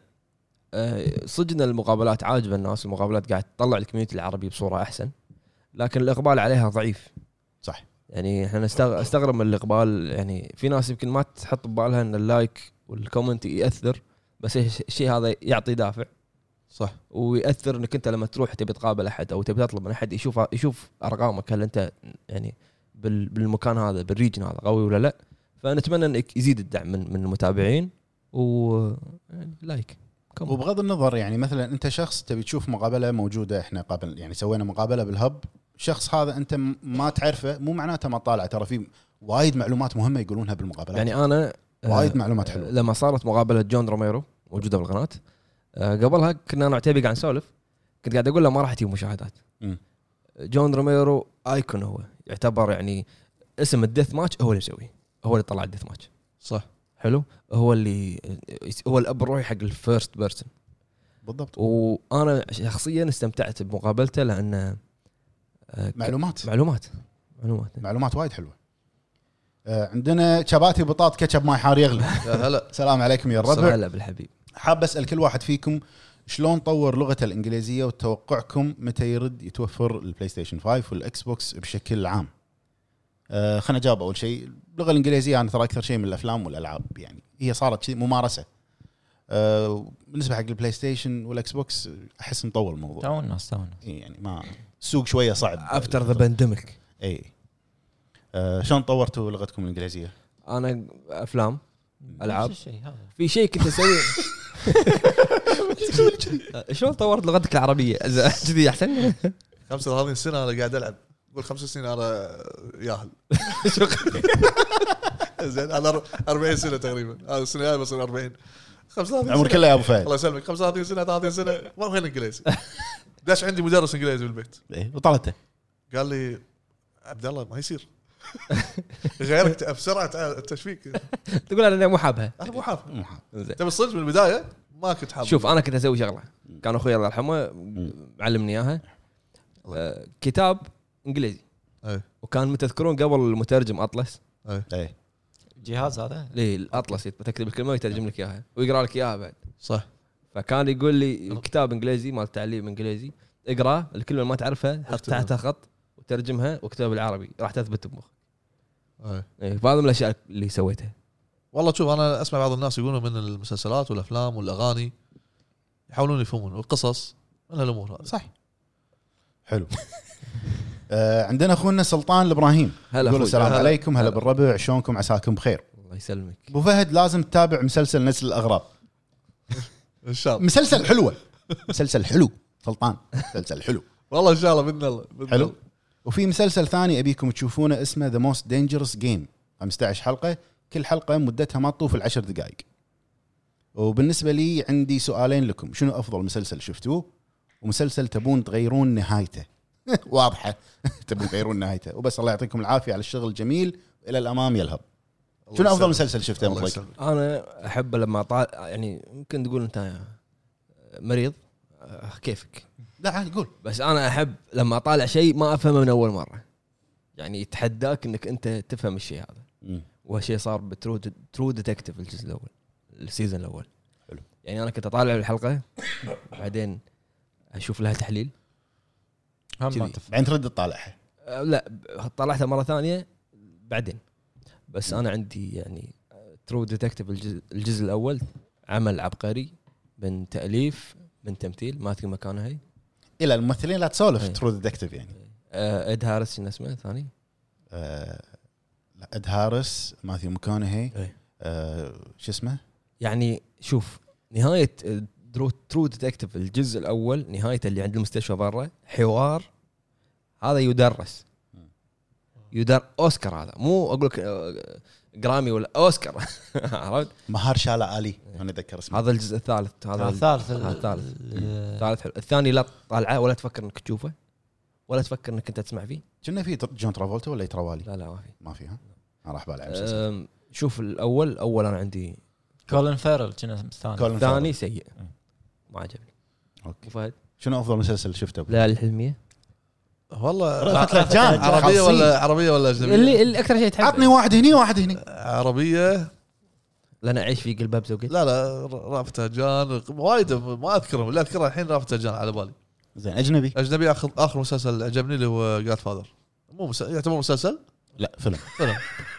آه، صدقنا المقابلات عاجبه الناس. المقابلات قاعد تطلع الكوميونتي العربي بصوره احسن لكن الاقبال عليها ضعيف. صح. يعني احنا نستغ- استغرب من الاقبال. يعني في ناس يمكن ما تحط ببالها ان اللايك والكومنت ياثر بس الشيء هذا يعطي دافع. صح ويأثر انك انت لما تروح تبي تقابل احد او تبي تطلب من احد يشوف يشوف ارقامك هل انت يعني بال- بالمكان هذا بالريجن هذا قوي ولا لا. فنتمنى انك يزيد الدعم من من المتابعين و يعني لايك. كم. وبغض النظر يعني مثلا انت شخص تبي تشوف مقابله موجوده احنا قابل يعني سوينا مقابله بالهب. الشخص هذا انت م- ما تعرفه مو معناته ما طالع. ترى في وايد معلومات مهمه يقولونها بالمقابلات. يعني انا وايد آه، معلومات حلوه. لما صارت مقابله جون روميرو موجوده بالقناه آه، قبلها كنا انا وعتيبي قاعد نسولف. كنت قاعد اقول له ما راح تجيب مشاهدات. مم. جون روميرو ايكون. هو يعتبر يعني اسم الديث ماتش هو اللي يسويه. هو اللي طلع الديث ماتش. صح حلو. هو اللي هو الاب الروحي حق الفيرست بيرسون. بالضبط. وانا شخصيا استمتعت بمقابلته لان آه، ك- معلومات معلومات معلومات معلومات وايد حلوه. آه عندنا شباتي بطاط كاتشب ماي حار يغلي. يا هلا السلام عليكم يا الربع. هلا بالحبيب. حاب اسال كل واحد فيكم شلون طور لغته الانجليزيه وتوقعكم متى يرد يتوفر البلاي ستيشن خمسة والاكس بوكس بشكل عام. آه خلينا نجاوب اول شيء. اللغه الانجليزيه انا ترى اكثر شيء من الافلام والالعاب يعني هي صارت شيء ممارسه. آه بالنسبه حق البلاي ستيشن والاكس بوكس احس مطول الموضوع. تو الناس تو الناس إيه يعني ما السوق شويه صعب. افتر ذا بانديميك. اي آه شلون طورتوا لغتكم الانجليزيه؟ انا افلام العاب. نفس الشيء هذا. في شيء كنت اسوي. شلون طورت لغتك العربيه كذي احسن؟ خمسة وثلاثين سنه انا قاعد العب. قول خمس سنين انا ياهل. زين انا أربعين سنه تقريبا. هذا السنه هاي بصير أربعين. خمسة وثلاثين عمر سنة. كله يا ابو فهد. الله يسلمك خمسة وثلاثين سنه ثلاثين سنه ما وين انجليزي. داش عندي مدرس انجليزي بالبيت إيه، وطلعته قال لي عبد الله ما يصير غيرك بسرعه التشويك. تقول انا مو حابها. انا مو حافظ مو حاب. زين. تبي الصدق من البدايه ما كنت حابب. شوف انا كنت اسوي شغله، كان اخوي الله يرحمه معلمني اياها. آه، كتاب انجليزي اي وكان متذكرون قبل المترجم اطلس، اي ايه الجهاز هذا ليه الاطلس تكتب الكلمه ويترجم لك اياها ويقرا لك اياها بعد. صح. فكان يقول لي كتاب انجليزي مال تعليم انجليزي، اقرا الكلمه اللي ما تعرفها حط اكتبها. تحتها خط وترجمها واكتبها بالعربي راح تثبت بمخك. اي ايه فهذا من الاشياء اللي سويتها. والله شوف انا اسمع بعض الناس يقولون من المسلسلات والافلام والاغاني يحاولون يفهمون والقصص من هالامور هذه. صح. حلو. آه عندنا اخونا سلطان الابراهيم هلا يقول أخوي. السلام هلا. عليكم، هلا هلا. بالربع، شلونكم؟ عساكم بخير. الله يسلمك. ابو فهد لازم تتابع مسلسل نسل الاغراب، ان شاء الله مسلسل حلوه، مسلسل حلو سلطان، مسلسل حلو. والله ان شاء الله باذن الله بإذن حلو. الله. وفي مسلسل ثاني ابيكم تشوفونه اسمه ذا موست دينجرس جيم، خمسة عشر حلقه، كل حلقه مدتها ما تطوف العشر دقائق. وبالنسبه لي عندي سؤالين لكم، شنو افضل مسلسل شفتوه؟ ومسلسل تبون تغيرون نهايته؟ واضحه تبون تغيرون نهايته وبس. الله يعطيكم العافيه على الشغل الجميل، الى الامام يلهب. الله شنو افضل يسلمك. مسلسل شفته الله مطلق؟ يسلمك. انا احب لما طال يعني ممكن تقول انت مريض آه، كيفك، لا عادي قول. بس انا احب لما اطالع شيء ما افهمه من اول مره، يعني يتحداك انك انت تفهم الشيء هذا. مم. وهالشيء صار بترو ترو ديتكتيف الجزء الاول، السيزون الاول. حلو. يعني انا كنت اطالع الحلقه بعدين اشوف لها تحليل هم ما كذي. تفهم. بعدين ترد تطالعها. أه، لا ب- طلعتها مره ثانيه بعدين. بس انا عندي يعني ترو ديتكتيف الجزء, الجزء الاول عمل عبقري من تاليف من تمثيل ماثيو ماكونهي. الى الممثلين لا تسولف، إيه. ترو ديتكتيف يعني. أه، اد هارس شنو اسمه ثاني؟ آه لا، اد هارس، ماثيو ماكونهي، إيه. آه شو اسمه؟ يعني شوف نهايه ترو ديتكتيف الجزء الاول، نهايته اللي عند المستشفى برا حوار هذا يدرس يدر اوسكار، هذا مو اقول لك آه، جرامي ولا اوسكار. عرفت؟ مهار شالا علي انا اتذكر اسمه. هذا الجزء الثالث، هذا الثالث هذا الثالث ال- الثالث حلو. الثاني لا طالعه ولا تفكر انك تشوفه ولا تفكر انك انت تسمع فيه. كنا في جون ترافولتا ولا يتروالي؟ لا لا ما في. ما في ها؟ ما راح بالي على المسلسل. أم، شوف الاول اول انا عندي كولين فيرل كنا الثاني. كولين الثاني فارل. سيء ما عجبني. أوكي. وفهد شنو افضل مسلسل شفته؟ لا الحلميه والله رأفت لهجان عربيه خالصين. ولا عربيه ولا اجنبيه؟ اللي, اللي اكثر شيء تحبه. عطني واحد هني واحد هني. عربيه. لنا اعيش في قلب باب زوجي. لا لا رافت هجان وايد ما اذكرهم، اللي اذكره الحين رافت هجان على بالي. زين اجنبي؟ اجنبي اخر اخر مسلسل عجبني اللي هو جاد فاذر. مو مس... يعتبر مسلسل لا فيلم. فيلم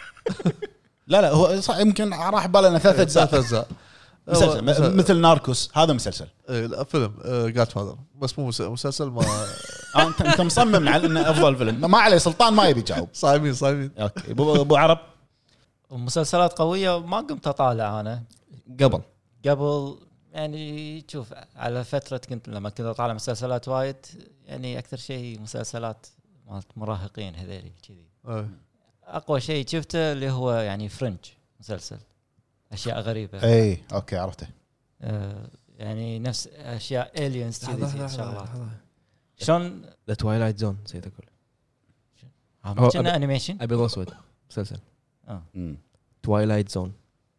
لا لا هو صح يمكن راح بالنا ثلاث ثلاث اجزاء. اجزاء مسلسل مسلسل م- مثل ناركوس، هذا مسلسل. إيه، لا، فيلم جاد فاذر بس مو مس- مسلسل. ما آه، انت انت مصمم على انه افضل فيلم. ما عليه سلطان ما يبي يجاوب. صايمين صايمين. اوكي ابو أبو عرب. ومسلسلات قويه ما قمت اطالع انا قبل قبل، يعني شوف على فتره كنت لما كنت اطالع مسلسلات وايد، يعني اكثر شيء مسلسلات مالت مراهقين هذيلي كذي. إيه. اقوى شيء شفته اللي هو يعني فرنج، مسلسل اشياء غريبه. اي اوكي عرفته. آه يعني نفس اشياء الينز كذي لحظة، كذي لحظة، شغلات. لحظة. شلون ذا تويلايت زون نسيت اقول. آه، هو كنا أبي- انيميشن. ابيض واسود مسلسل اه امم تويلايت زون.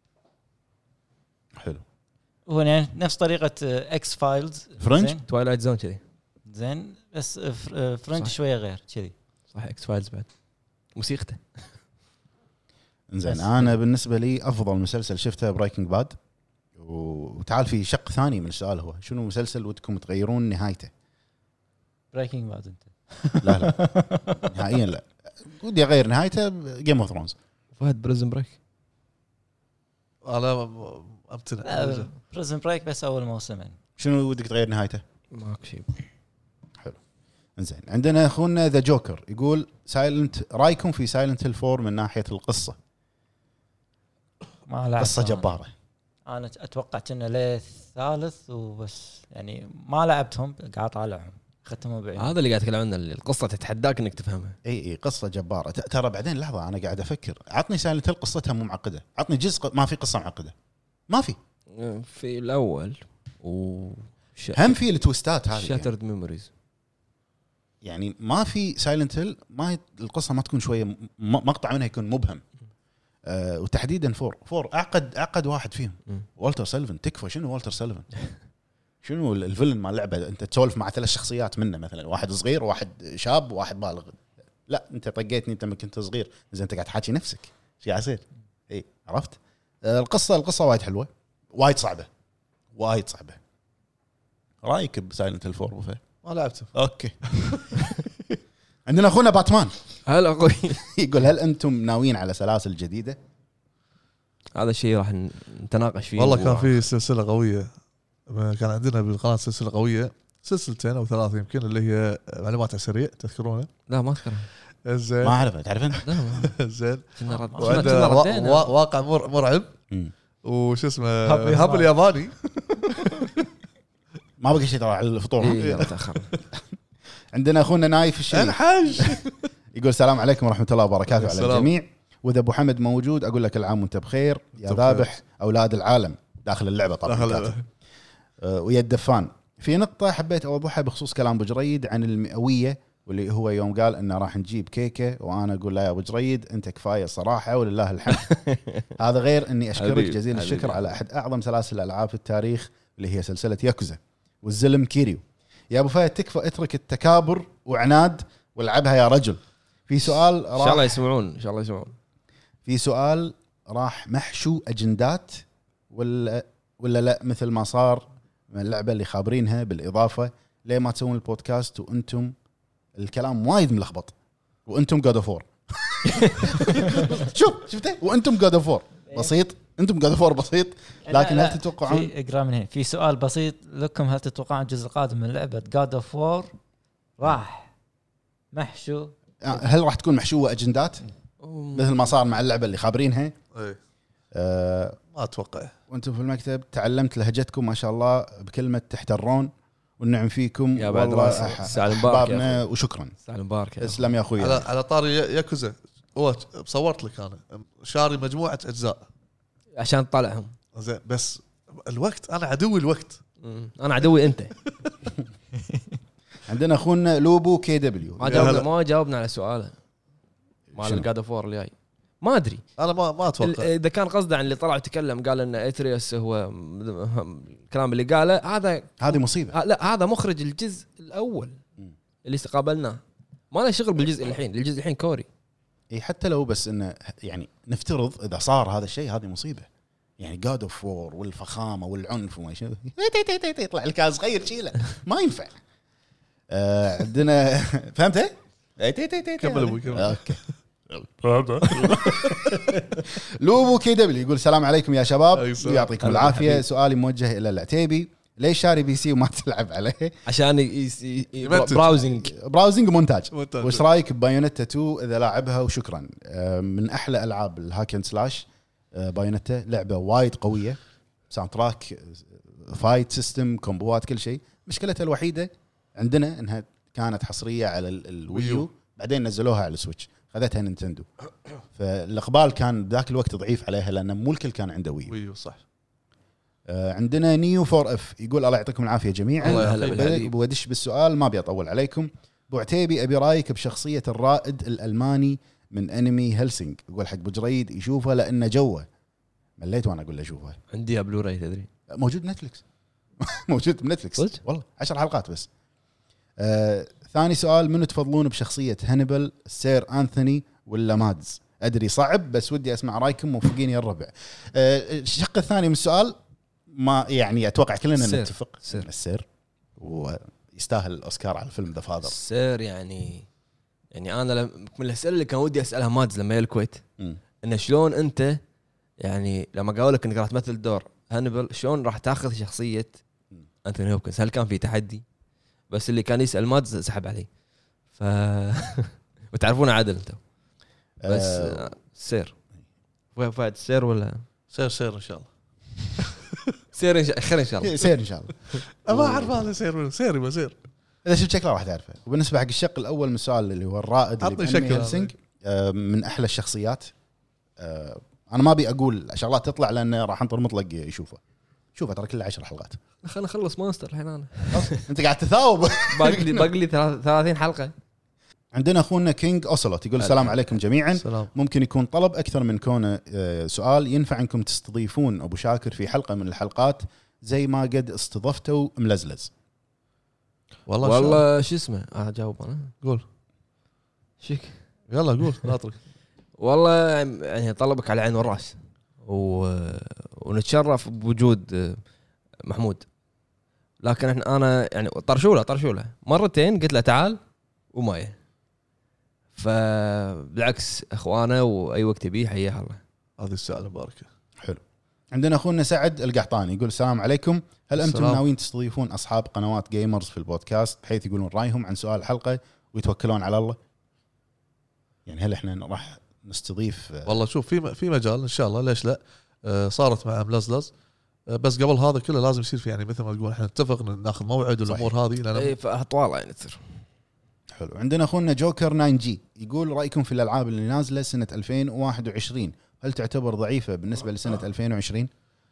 حلو. هو يعني نفس طريقه اكس فايلز. فرنج؟ زين تويلايت زون كذي زين بس فر- آه، فرنج صح. شويه غير كذي. صح. اكس فايلز بعد موسيقته. زين بس- انا بالنسبه لي افضل مسلسل شفته برايكنج باد. وتعال في شق ثاني من السؤال، هو شنو مسلسل ودكم تغيرون نهايته؟ بريكنج باد انت. لا لا نهائيا لا، ودي اغير نهايته. جيم اوف ثرونز. فهد بريزن بريك. انا امتنع. بريزن بريك بس اول موسمين. شنو ودك تغير نهايته؟ ماكو شيء. زين عندنا اخونا ذا جوكر يقول سايلنت، رايكم في سايلنت هيل فور من ناحيه القصه؟ ما لعبت قصه أنا. جباره. انا اتوقع انه ليه الثالث وبس، يعني ما لعبتهم قاعد طالعهم ختموا بعيد. هذا اللي قاعد اتكلم عنه، القصه تتحداك انك تفهمها. اي اي قصه جباره. ت- ترى بعدين لحظه انا قاعد افكر، عطني سايلنت هيل قصتها مو معقده، عطني جزء ق- ما في قصه معقده، ما في. في الاول و هم في التويستات هذه شاترد ميموريز. يعني ما في سايلنت هيل ما ي... القصه ما تكون شويه م... مقطع منها يكون مبهم. أه وتحديدا فور فور اعقد اعقد واحد فيهم م. والتر سيلفن. تكفى شنو والتر سيلفن؟ شنو الفيلن مال اللعبه؟ انت تسولف مع ثلاث شخصيات منه، مثلا واحد صغير وواحد شاب وواحد بالغ. لا انت طقيتني انت لما كنت صغير، زين انت قاعد تحكي نفسك شو قاعد يصير؟ اي عرفت. أه القصه القصه وايد حلوه، وايد صعبه وايد صعبه. رايك بسايلنت هيل فور وفا؟ ما لعبته. اوكي. عندنا اخونا باتمان هلا اخوي. يقول هل انتم ناويين على سلاسل جديده؟ هذا الشيء راح نتناقش فيه. والله كان في سلسله قويه، كان عندنا بالقناه سلسله قويه، سلسلتين او ثلاثه يمكن، اللي هي معلومات على السريع، تذكرونه؟ لا ما اذكر. زين ما اعرفها تعرفين. زين. كنا رد وعندنا وا- واقع مر- مرعب وش اسمه هاب هاب الياباني. ما بقى شيء ترى على الفطور. اي تاخر. عندنا اخونا نايف الشريف انحج. يقول السلام عليكم ورحمه الله وبركاته على السلام. الجميع. واذا ابو حمد موجود اقول لك العام وانت بخير يا ذابح اولاد العالم داخل اللعبه طبعا. داخل- أه ويا الدفان. في نقطه حبيت اوضحها بخصوص كلام ابو جريد عن المئويه، واللي هو يوم قال انه راح نجيب كيكه، وانا اقول لا يا ابو جريد انت كفايه صراحه ولله الحمد. هذا غير اني اشكرك حبيب، جزيل حبيب. الشكر على احد اعظم سلاسل الالعاب في التاريخ اللي هي سلسله ياكوزا والزلم كيريو. يا ابو فهد تكفى اترك التكابر وعناد والعبها يا رجل. في سؤال ان راح شاء الله يسمعون، ان شاء الله يسمعون. في سؤال راح محشو اجندات ولا ولا لا مثل ما صار من اللعبه اللي خابرينها. بالاضافه ليه ما تسوون البودكاست وانتم الكلام وايد ملخبط وانتم جود اوف وور؟ شوف شفته وانتم جود اوف وور بسيط، انتم جود اوف وور بسيط، لكن هل تتوقعون؟ في اقرا من هنا في سؤال بسيط لكم، هل تتوقعون الجزء القادم من لعبه جاد اوف وور راح محشو؟ هل راح تكون محشوه اجندات مثل ما صار مع اللعبه اللي خابرينها؟ إيه. أه ما اتوقع. وانتم في المكتب تعلمت لهجتكم ما شاء الله بكلمه تحترون، والنعم فيكم يا بعد والله راسك. أح- ساعة المبارك يا احبابنا وشكرا. سعد مبارك. اسلم يا اخوي. على على طاري ياكوزا، هو صورت لك انا شاري مجموعه اجزاء عشان تطلعهم. زين، بس الوقت انا عدوي الوقت. انا عدوي انت. عندنا اخونا لوبو كي دبليو. ما جاوبنا ما جاوبنا على سؤاله مال شنو؟ الجاد اوف وور الجاي. ما ادري انا ما ما ال- اتوقع. اذا كان قصده عن اللي طلع وتكلم قال ان اتريوس هو الكلام اللي قاله هذا. هذه مصيبه. آه، لا هذا مخرج الجزء الاول مم. اللي استقابلناه، ما له شغل بالجزء الحين. الجزء الحين كوري. اي حتى لو بس انه يعني نفترض اذا صار هذا الشيء هذه مصيبه. يعني جاد اوف وور والفخامه والعنف وما شنو يطلع الكاز صغير شيله ما ينفع. آه عندنا فهمت؟ كمل ابوي كمل. اوكي. لوبو كي دبليو يقول السلام عليكم يا شباب أي سلام. ويعطيكم حبيبي، العافيه. حبيبي. سؤالي موجه الى العتيبي، ليش شاري بي سي وما تلعب عليه؟ عشان يس- ي- ي- يمنتج. براوزنج. براوزنج ومونتاج. مونتاج. وش رايك ببايونيتا تو اذا لاعبها؟ وشكرا. آه، من احلى العاب الهاك اند سلاش. آه، بايونيتا لعبه وايد قويه، ساوند تراك، فايت سيستم، كومبوات، كل شيء. مشكلتها الوحيده عندنا انها كانت حصريه على ال- الويو، ويو. بعدين نزلوها على السويتش، خذتها نينتندو. فالاقبال كان ذاك الوقت ضعيف عليها لان مو الكل كان عنده ويو. ويو صح. آه، عندنا نيو فور اف يقول الله يعطيكم العافيه جميعا. الله يهلا بدأ- بالحبيب. بودش بالسؤال ما بيطول عليكم. ابو عتيبي ابي رايك بشخصيه الرائد الالماني من انمي هلسنج. يقول حق ابو جريد يشوفه لانه جوه. مليت وانا اقول له شوفه. عندي يا بلوراي تدري. موجود بنتفلكس. موجود بنتفلكس صدق؟ والله عشر حلقات بس. آه، ثاني سؤال، منو تفضلون بشخصيه هانيبال، سير انثوني ولا مادز؟ ادري صعب بس ودي اسمع رايكم، موافقين يا الربع. آه، الشق الثاني من السؤال ما يعني اتوقع كلنا السير. نتفق. السير. السير ويستاهل الاوسكار على فيلم ذا فاذر. السير يعني يعني انا لم- من الاسئله اللي كان ودي اسالها مادز لما جاء الكويت، انه شلون انت يعني لما قالوا لك انك راح تمثل دور هانيبال شلون راح تاخذ شخصيه انثوني هوبكنز؟ هل كان في تحدي؟ بس اللي كان يسال مادز سحب عليه. ف وتعرفون عدل انتم بس آه، آه، السير. وين فهد السير ولا سير سير ان شاء الله. سير إن شاء- خير ان شاء الله. سير ان شاء الله. ما اعرف انا سير سير يبقى سير. اذا شفت شكله راح تعرفه. وبالنسبه حق الشق الاول من السؤال اللي هو الرائد اللي عطني بأنمي شكل هلسنج، آه، من احلى الشخصيات. آه، انا ما ابي اقول شغلات تطلع لان راح انطر مطلق يشوفه. شوف ترى كله عشر حلقات. خلنا نخلص مونستر الحين انا انت قاعد تثاوب. باقي لي باقي لي ثلاثين حلقه. عندنا اخونا كينج اوسلوت يقول السلام عليكم جميعا. سلام. ممكن يكون طلب اكثر من كونه آه، سؤال. ينفع انكم تستضيفون ابو شاكر في حلقه من الحلقات زي ما قد استضفتوا ملزلز؟ والله والله شو اسمه اه جاوب انا قول شيك. يلا قول ناطرك. والله يعني طلبك على عين والراس و... ونتشرف بوجود محمود. لكن احنا انا يعني طرشوله طرشوله مرتين قلت له تعال وما فبالعكس اخوانه واي وقت يبيه حياه الله. هذه السؤال مباركه. حلو. عندنا اخونا سعد القحطاني يقول السلام عليكم. هل انتم السلام. ناويين تستضيفون اصحاب قنوات جيمرز في البودكاست بحيث يقولون رايهم عن سؤال الحلقه ويتوكلون على الله؟ يعني هل احنا راح نستضيف والله شوف في في مجال ان شاء الله ليش لا. آه صارت مع ملزلز آه بس قبل هذا كله لازم يصير في يعني مثل ما تقول احنا نتفق ناخذ موعد والامور هذه لان اي فطواله يعني تصير. حلو. عندنا اخونا جوكر ناين جي يقول رايكم في الالعاب اللي نازله سنه ألفين وواحد وعشرين هل تعتبر ضعيفه بالنسبه لسنه ألفين وعشرين؟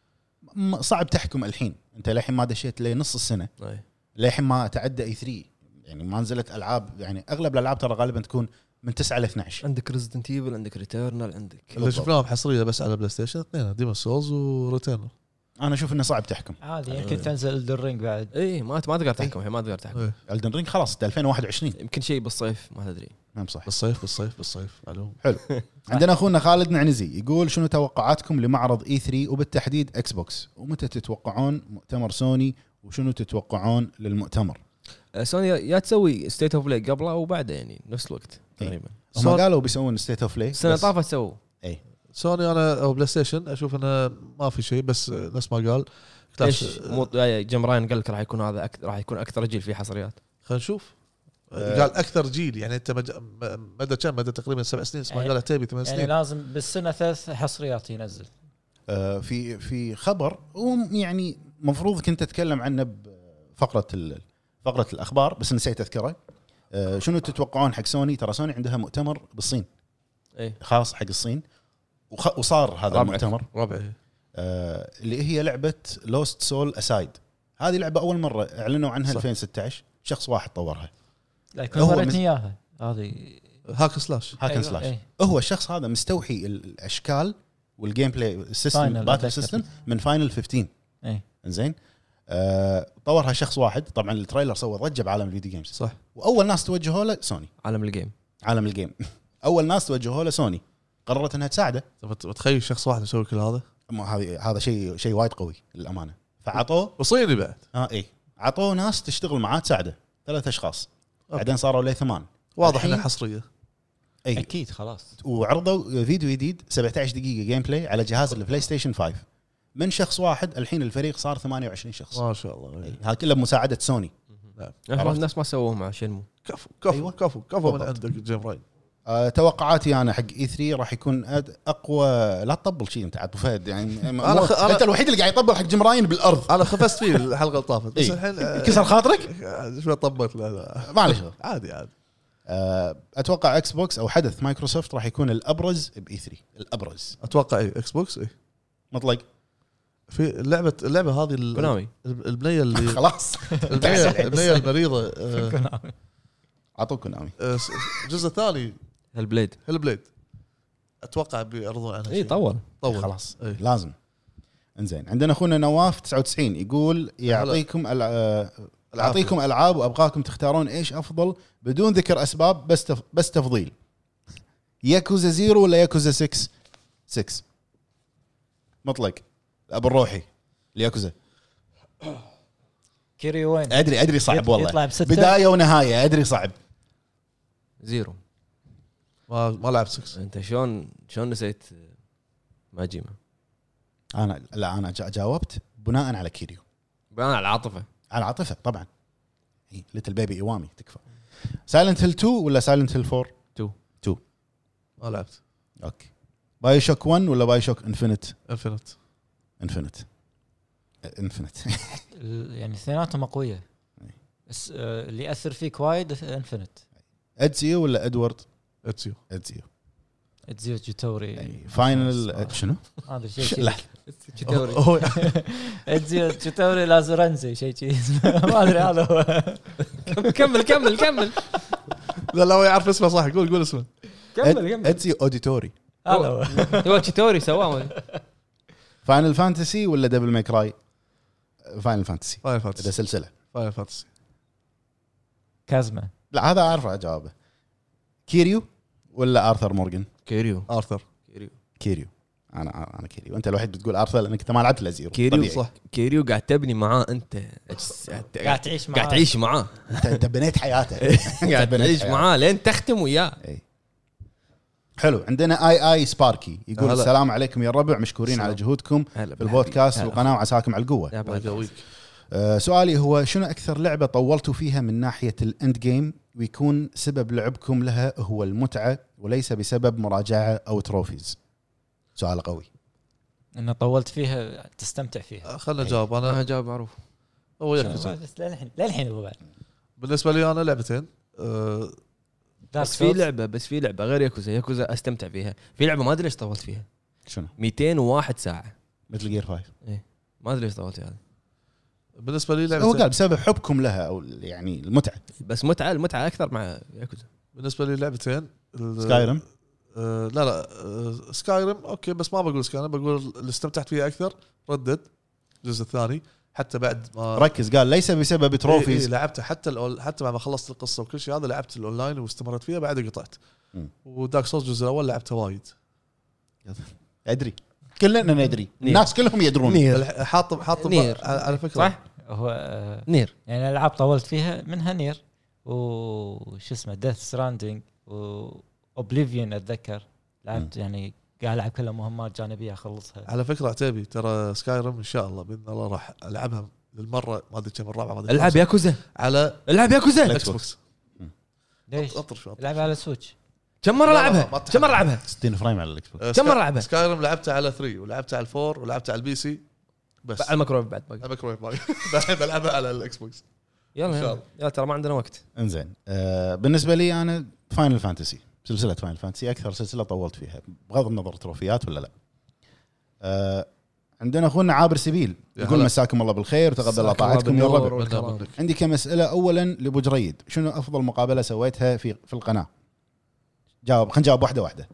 م- صعب تحكم الحين، انت للحين ما دشيت لنص السنه، أي. للحين ما تعدى اي ثلاثة، يعني ما نزلت العاب. يعني اغلب الالعاب ترى غالبا تكون من تسعة ل اثنا عشر. عندك ريزدنت ايفل عندك ريتيرنال عندك اللي شفناهم حصريه بس على بلاي ستيشن اثنين ديمون سولز وريتيرنال. انا اشوف انه صعب تحكم. عادي يمكن تنزل الدرينج بعد. اي ما ما تقدر تحكم الحين ما تقدر تحكم. إيه. الدن رينج خلاص ألفين وواحد وعشرين. يمكن شيء بالصيف ما تدري. نعم صح. بالصيف بالصيف بالصيف معلوم. حلو. عندنا اخونا خالد نعنزي يقول شنو توقعاتكم لمعرض اي ثلاثة وبالتحديد اكس بوكس، ومتى تتوقعون مؤتمر سوني، وشنو تتوقعون للمؤتمر؟ سوني يا تسوي ستيت اوف بلاي قبله او بعده يعني نفس الوقت تقريبا. هم سون- قالوا بيسوون ستيت اوف بلاي السنه طافت سووا. اي سوني انا او بلاي ستيشن اشوف انه ما في شيء بس نفس ما قال ليش مو جيم راين قال لك راح يكون هذا أك... راح يكون اكثر جيل فيه حصريات. خلينا نشوف. أه قال اكثر جيل يعني انت مج... مدى كم مدى تقريبا سبع سنين اسمه يعني- قال تبي ثمان يعني سنين. لازم بالسنه ثلاث حصريات ينزل. آه في في خبر يعني مفروض كنت اتكلم عنه بفقره ال... فقره الاخبار بس نسيت اذكره. آه شنو تتوقعون حق سوني؟ ترى سوني عندها مؤتمر بالصين اي خاص حق الصين، وخ... وصار هذا ربع. المؤتمر ربعي آه اللي هي لعبه لوست سول اسايد. هذه لعبه اول مره اعلنوا عنها صح. ألفين وستة عشر، شخص واحد طورها. لكن هو وريتني مز- اياها هذه هاك سلاش. هاكن أيوة. سلاش. إيه. هو الشخص هذا مستوحي الاشكال والجيم بلاي سيستم Final باتل أتذكر. سيستم من فاينل خمستاشر. اي زين آه طورها شخص واحد. طبعا التريلر سوى ضجه بعالم الفيديو جيمز، صح. واول ناس توجهوا له سوني. عالم الجيم. عالم الجيم اول ناس توجهوا له سوني، قررت انها تساعده. طب تخيل شخص واحد يسوي كل هذا ما هذه هذا شيء شيء وايد قوي للامانه. فعطوه وصيني بعد. اه اي عطوه ناس تشتغل معاه تساعده، ثلاث اشخاص. أوكي. بعدين صاروا له ثمان. واضح الحين- انها حصريه. اي اكيد خلاص. وعرضوا فيديو جديد سبعة عشر دقيقه جيم بلاي على جهاز البلاي ستيشن خمسة من شخص واحد. الحين الفريق صار ثمانية وعشرين شخص. ما شاء الله. إي، هذا كله بمساعده سوني. احنا عرفت؟ الناس ما سووه مع شنمو. كفو كفو أيوة. كفو كفو من بالضبط. عندك جيم راين. أه توقعاتي انا حق اي ثلاثة راح يكون أد- اقوى. لا تطبل شيء انت ابو فهد يعني أنا خ- أنا- انت الوحيد اللي قاعد يطبل حق جمراين بالارض. انا خفست فيه الحلقه اللي طافت بس إي. الحين آه، كسر خاطرك؟ شوي طبت لا لا معلش. عادي عادي. أه اتوقع اكس بوكس او حدث مايكروسوفت راح يكون الابرز باي ثلاثة. الابرز اتوقع اي اكس بوكس اي مطلق. في لعبه اللعبه هذه ال- كونامي. البنيه اللي خلاص البنيه البنيه المريضه آه، اعطوك كونامي. آه، الجزء الثاني البليد. هيل بليد اتوقع بيعرضون عنها اي شيء. طول. طول خلاص إيه. لازم. انزين عندنا اخونا نواف تسعة وتسعين يقول يعطيكم الع... آه، اعطيكم العاب وابغاكم تختارون ايش افضل بدون ذكر اسباب بس تف... بس تفضيل. ياكوزا زيرو ولا ياكوزا ستة؟ ستة مطلق. ابو الروحي الياكوزا. كيريو وين؟ ادري ادري صعب يط- والله. يطلع بستة. بدايه ونهايه ادري صعب. زيرو. ما ما لعب ستة. انت شلون شلون نسيت ماجيما؟ انا لا انا جا- جاوبت بناء على كيريو، بناء على العاطفه. على عاطفه طبعا. ليتل بيبي ايوامي تكفى. سايلنت هيل تو ولا سايلنت هيل فور؟ تو. تو ما لعبت اوكي. باي شوك واحد ولا باي شوك انفينيت؟ انفينيت. انفينيت انفينيت ال- يعني اثنيناتهم قويه بس آه، اللي ياثر فيك وايد انفنت. ادزيو ولا ادوارد؟ اتسيو. ادزيو. اتزيو جيتوري فاينل شنو؟ هذا شيء لا تشيتوري هو اتزيو جيتوري لازورنزي شيء شيء ما ادري هذا هو. كمل كمل كمل لا لا هو يعرف اسمه صح. قول قول اسمه. كمل كمل اتسي اوديتوري. هذا هو. هو تشيتوري سواه. فاينل فانتسي ولا دبل ماي كراي؟ فاينل فانتسي. فاينل هذا فانتسي. سلسله. فاينل فانتسي. كازما. لا هذا اعرف اجاوبه. كيريو ولا ارثر مورغان؟ كيريو ارثر. كيريو كيريو. انا انا كيريو. انت الوحيد بتقول ارثر لانك انت ما لعبت الازيرو. كيريو طبيعي. صح. كيريو قاعد تبني معاه انت قاعد تعيش معاه. قاعد تعيش معاه انت انت بنيت حياته. قاعد بنيت تعيش حياته. معاه لين تختم وياه. حلو. عندنا اي اي سباركي يقول هلا. السلام عليكم يا الربع، مشكورين السلام. على جهودكم هلا في البودكاست هلا. والقناه وعساكم على القوه. يا الله بعد. يقويك. أه سؤالي هو شنو اكثر لعبه طولتوا فيها من ناحيه الاند جيم ويكون سبب لعبكم لها هو المتعه وليس بسبب مراجعه او تروفيز؟ سؤال قوي. انه طولت فيها تستمتع فيها. خلنا نجاوب انا. انا جواب معروف. هو شنو؟ يكفي. بس للحين للحين هو بعد بالنسبه لي انا لعبتين. أه دارك بس في سولز. لعبه بس في لعبه غير ياكوزا. ياكوزا استمتع فيها. في لعبه ما ادري ليش طولت فيها شنو؟ مئتين وواحد ساعه. مثل جير فايف. ما ادري ليش طولت فيها هذه. بالنسبه لي هو لعبتين. قال بسبب حبكم لها او يعني المتعه. بس متعه المتعه اكثر مع ياكوزا. بالنسبه لي لعبتين. ال- سكايرم. أه لا لا أه سكايرم اوكي بس ما بقول سكايرم. بقول اللي استمتعت فيها اكثر ردد الجزء الثاني. حتى بعد ما ركز قال ليس بسبب إيه إيه تروفيز. لعبته حتى الأول حتى بعد ما خلصت القصه وكل شيء هذا لعبت الاونلاين واستمرت فيها بعد قطعت. م. ودارك سولز الجزء الاول لعبته وايد. ادري كلنا ندري. نير. الناس كلهم يدرون. نير الح- حاطم حاطم نير. على فكره صح هو آه، نير. يعني العاب طولت فيها منها نير وش اسمه ديث ستراندنج واوبليفيون اتذكر لعبت يعني قاعد العب كلها مهمات جانبيه اخلصها. على فكره عتيبي ترى سكايرم ان شاء الله باذن الله راح العبها للمره ما ادري كم الرابعه ما ادري العب الخامسة. ياكوزا. على العب ياكوزا. الاكس بوكس. ليش؟ اطر شوي. لعب على سويتش. كم مره لا، لا، ما لعبها تحب. كم مره لعبها ستين فريم على الاكس بوكس. أه، كم سكاي- مرة لعبها؟ سكايرم لعبتها على ثلاثة ولعبتها على الفور ولعبتها على البي سي بس. على الميكرويف بعد باقي. الميكرويف باقي. بعدين بلعبها على الاكس بوكس. يلا إن شاء يلا الله. يلا ترى ما عندنا وقت. انزين آه بالنسبه لي انا فاينل فانتسي سلسله فاينل فانتسي اكثر سلسله طولت فيها بغض النظر تروفيات ولا لا. آه عندنا اخونا عابر سبيل يا يقول هلا. مساكم الله بالخير وتقبل الله مساك الله طاعتكم يا بالنور الربع. والكرام. عندي كم اسئله. اولا لابو جريد شنو افضل مقابله سويتها في في القناه؟ جاوب خلينا نجاوب واحده واحده.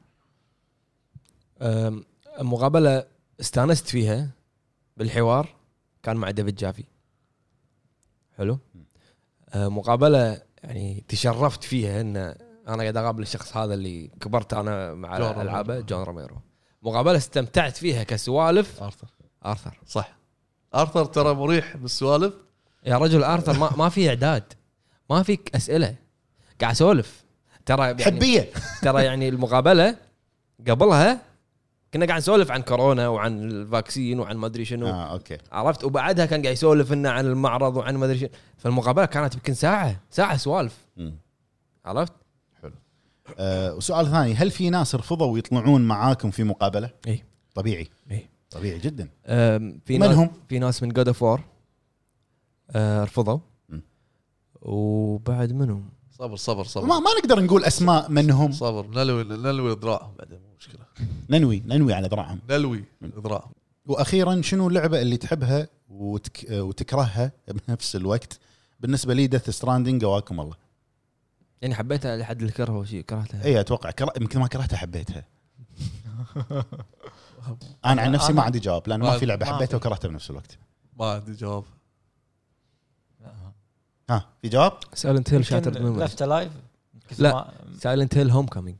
أم، مقابله استانست فيها بالحوار كان مع ديفيد جافي. حلو. أه، مقابله يعني تشرفت فيها ان انا قاعد اقابل الشخص هذا اللي كبرت انا مع جون روميرو. العابه جون روميرو. مقابله استمتعت فيها كسوالف ارثر ارثر. صح. ارثر ترى مريح بالسوالف. يا رجل ارثر ما ما في اعداد ما فيك اسئله قاعد اسولف ترى يعني حبيه. ترى يعني المقابله قبلها كنا قاعد نسولف عن كورونا وعن الفاكسين وعن ما ادري شنو. اه اوكي. عرفت وبعدها كان قاعد يسولف لنا عن المعرض وعن ما ادري شنو. فالمقابله كانت يمكن ساعه ساعه سوالف. مم. عرفت. آه وسؤال ثاني هل في ناس رفضوا يطلعون معاكم في مقابله؟ اي طبيعي. اي طبيعي جدا. أم، في من ناس هم؟ في ناس من جود اوف وور رفضوا. مم. وبعد منهم صبر صبر صبر ما, ما نقدر نقول اسماء منهم. صبر نلوي نلوي ذراعهم بعدين مو مشكله. ننوي ننوي على ذراعهم. نلوي ذراعهم. واخيرا شنو اللعبه اللي تحبها وتك... وتكرهها بنفس الوقت؟ بالنسبه لي ديث ستراندنج قواكم الله. يعني حبيتها لحد الكره وشيء كرهتها. اي اتوقع كره... يمكن ما كرهتها حبيتها. انا عن نفسي ما عندي جواب لان ما في لعبه ما حبيتها في. وكرهتها بنفس الوقت. ما عندي جواب. ها في جواب؟ سايلنت هيل شاترد ميموري. لفت لايف. لا. سايلنت هيل هوم كامينج.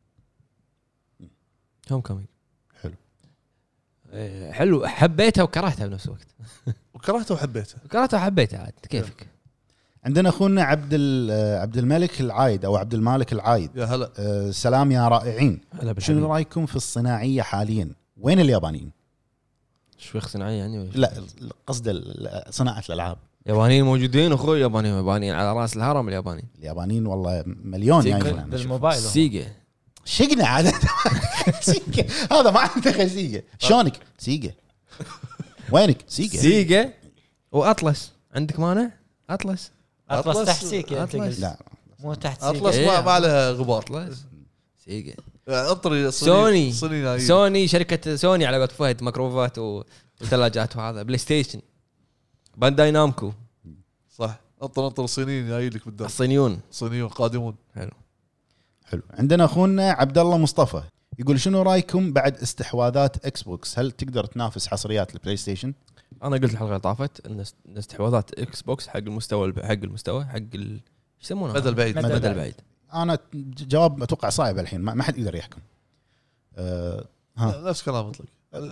هوم كامينج حلو. حلو حبيتها وكرهتها بنفس الوقت. وكرهته وحبيته. كرهتها وحبيتها عاد كيفك. عندنا اخونا عبد ال... عبد الملك العايد او عبد المالك العايد. يا هلا. أه سلام يا رائعين. هلا بالحبيب. شنو رايكم في الصناعيه حاليا؟ وين اليابانيين؟ شو صناعيه يعني ولا شو؟ لا قصد ال- صناعه الالعاب. يابانيين موجودين اخوي. يابانيين يابانيين على راس الهرم اليابانيين. اليابانيين والله مليون سيجا. جايين أنا أشوف. بالموبايل هو. سيجا. شقنا عادة. سيجا هذا ما عنده سيجا. شلونك؟ سيجا. وينك؟ سيجا. سيجا واطلس. عندك مانع؟ اطلس. اطلس أطلس- تحت سيكا. أطلس. لا مو تحت اطلس سيكا. ما إيه. ما لها غبار. اطلس. سيجا. انطري سوني صيني جايين. سوني شركه سوني على قولة فهد ميكروفات وثلاجات وهذا بلاي ستيشن بانداي نامكو صح انطر انطر الصينيين جايين لك بالدم الصينيون الصينيون قادمون حلو حلو. عندنا اخونا عبد الله مصطفى يقول شنو رايكم بعد استحواذات اكس بوكس؟ هل تقدر تنافس حصريات البلاي ستيشن؟ انا قلت الحلقه اللي طافت ان استحواذات اكس بوكس حق المستوى حق المستوى حق ال... ايش يسمونه مدى البعيد مدى مدى البعيد. انا جواب اتوقع صعب الحين ما حد يقدر يحكم. أه ها نفس كلام مطلق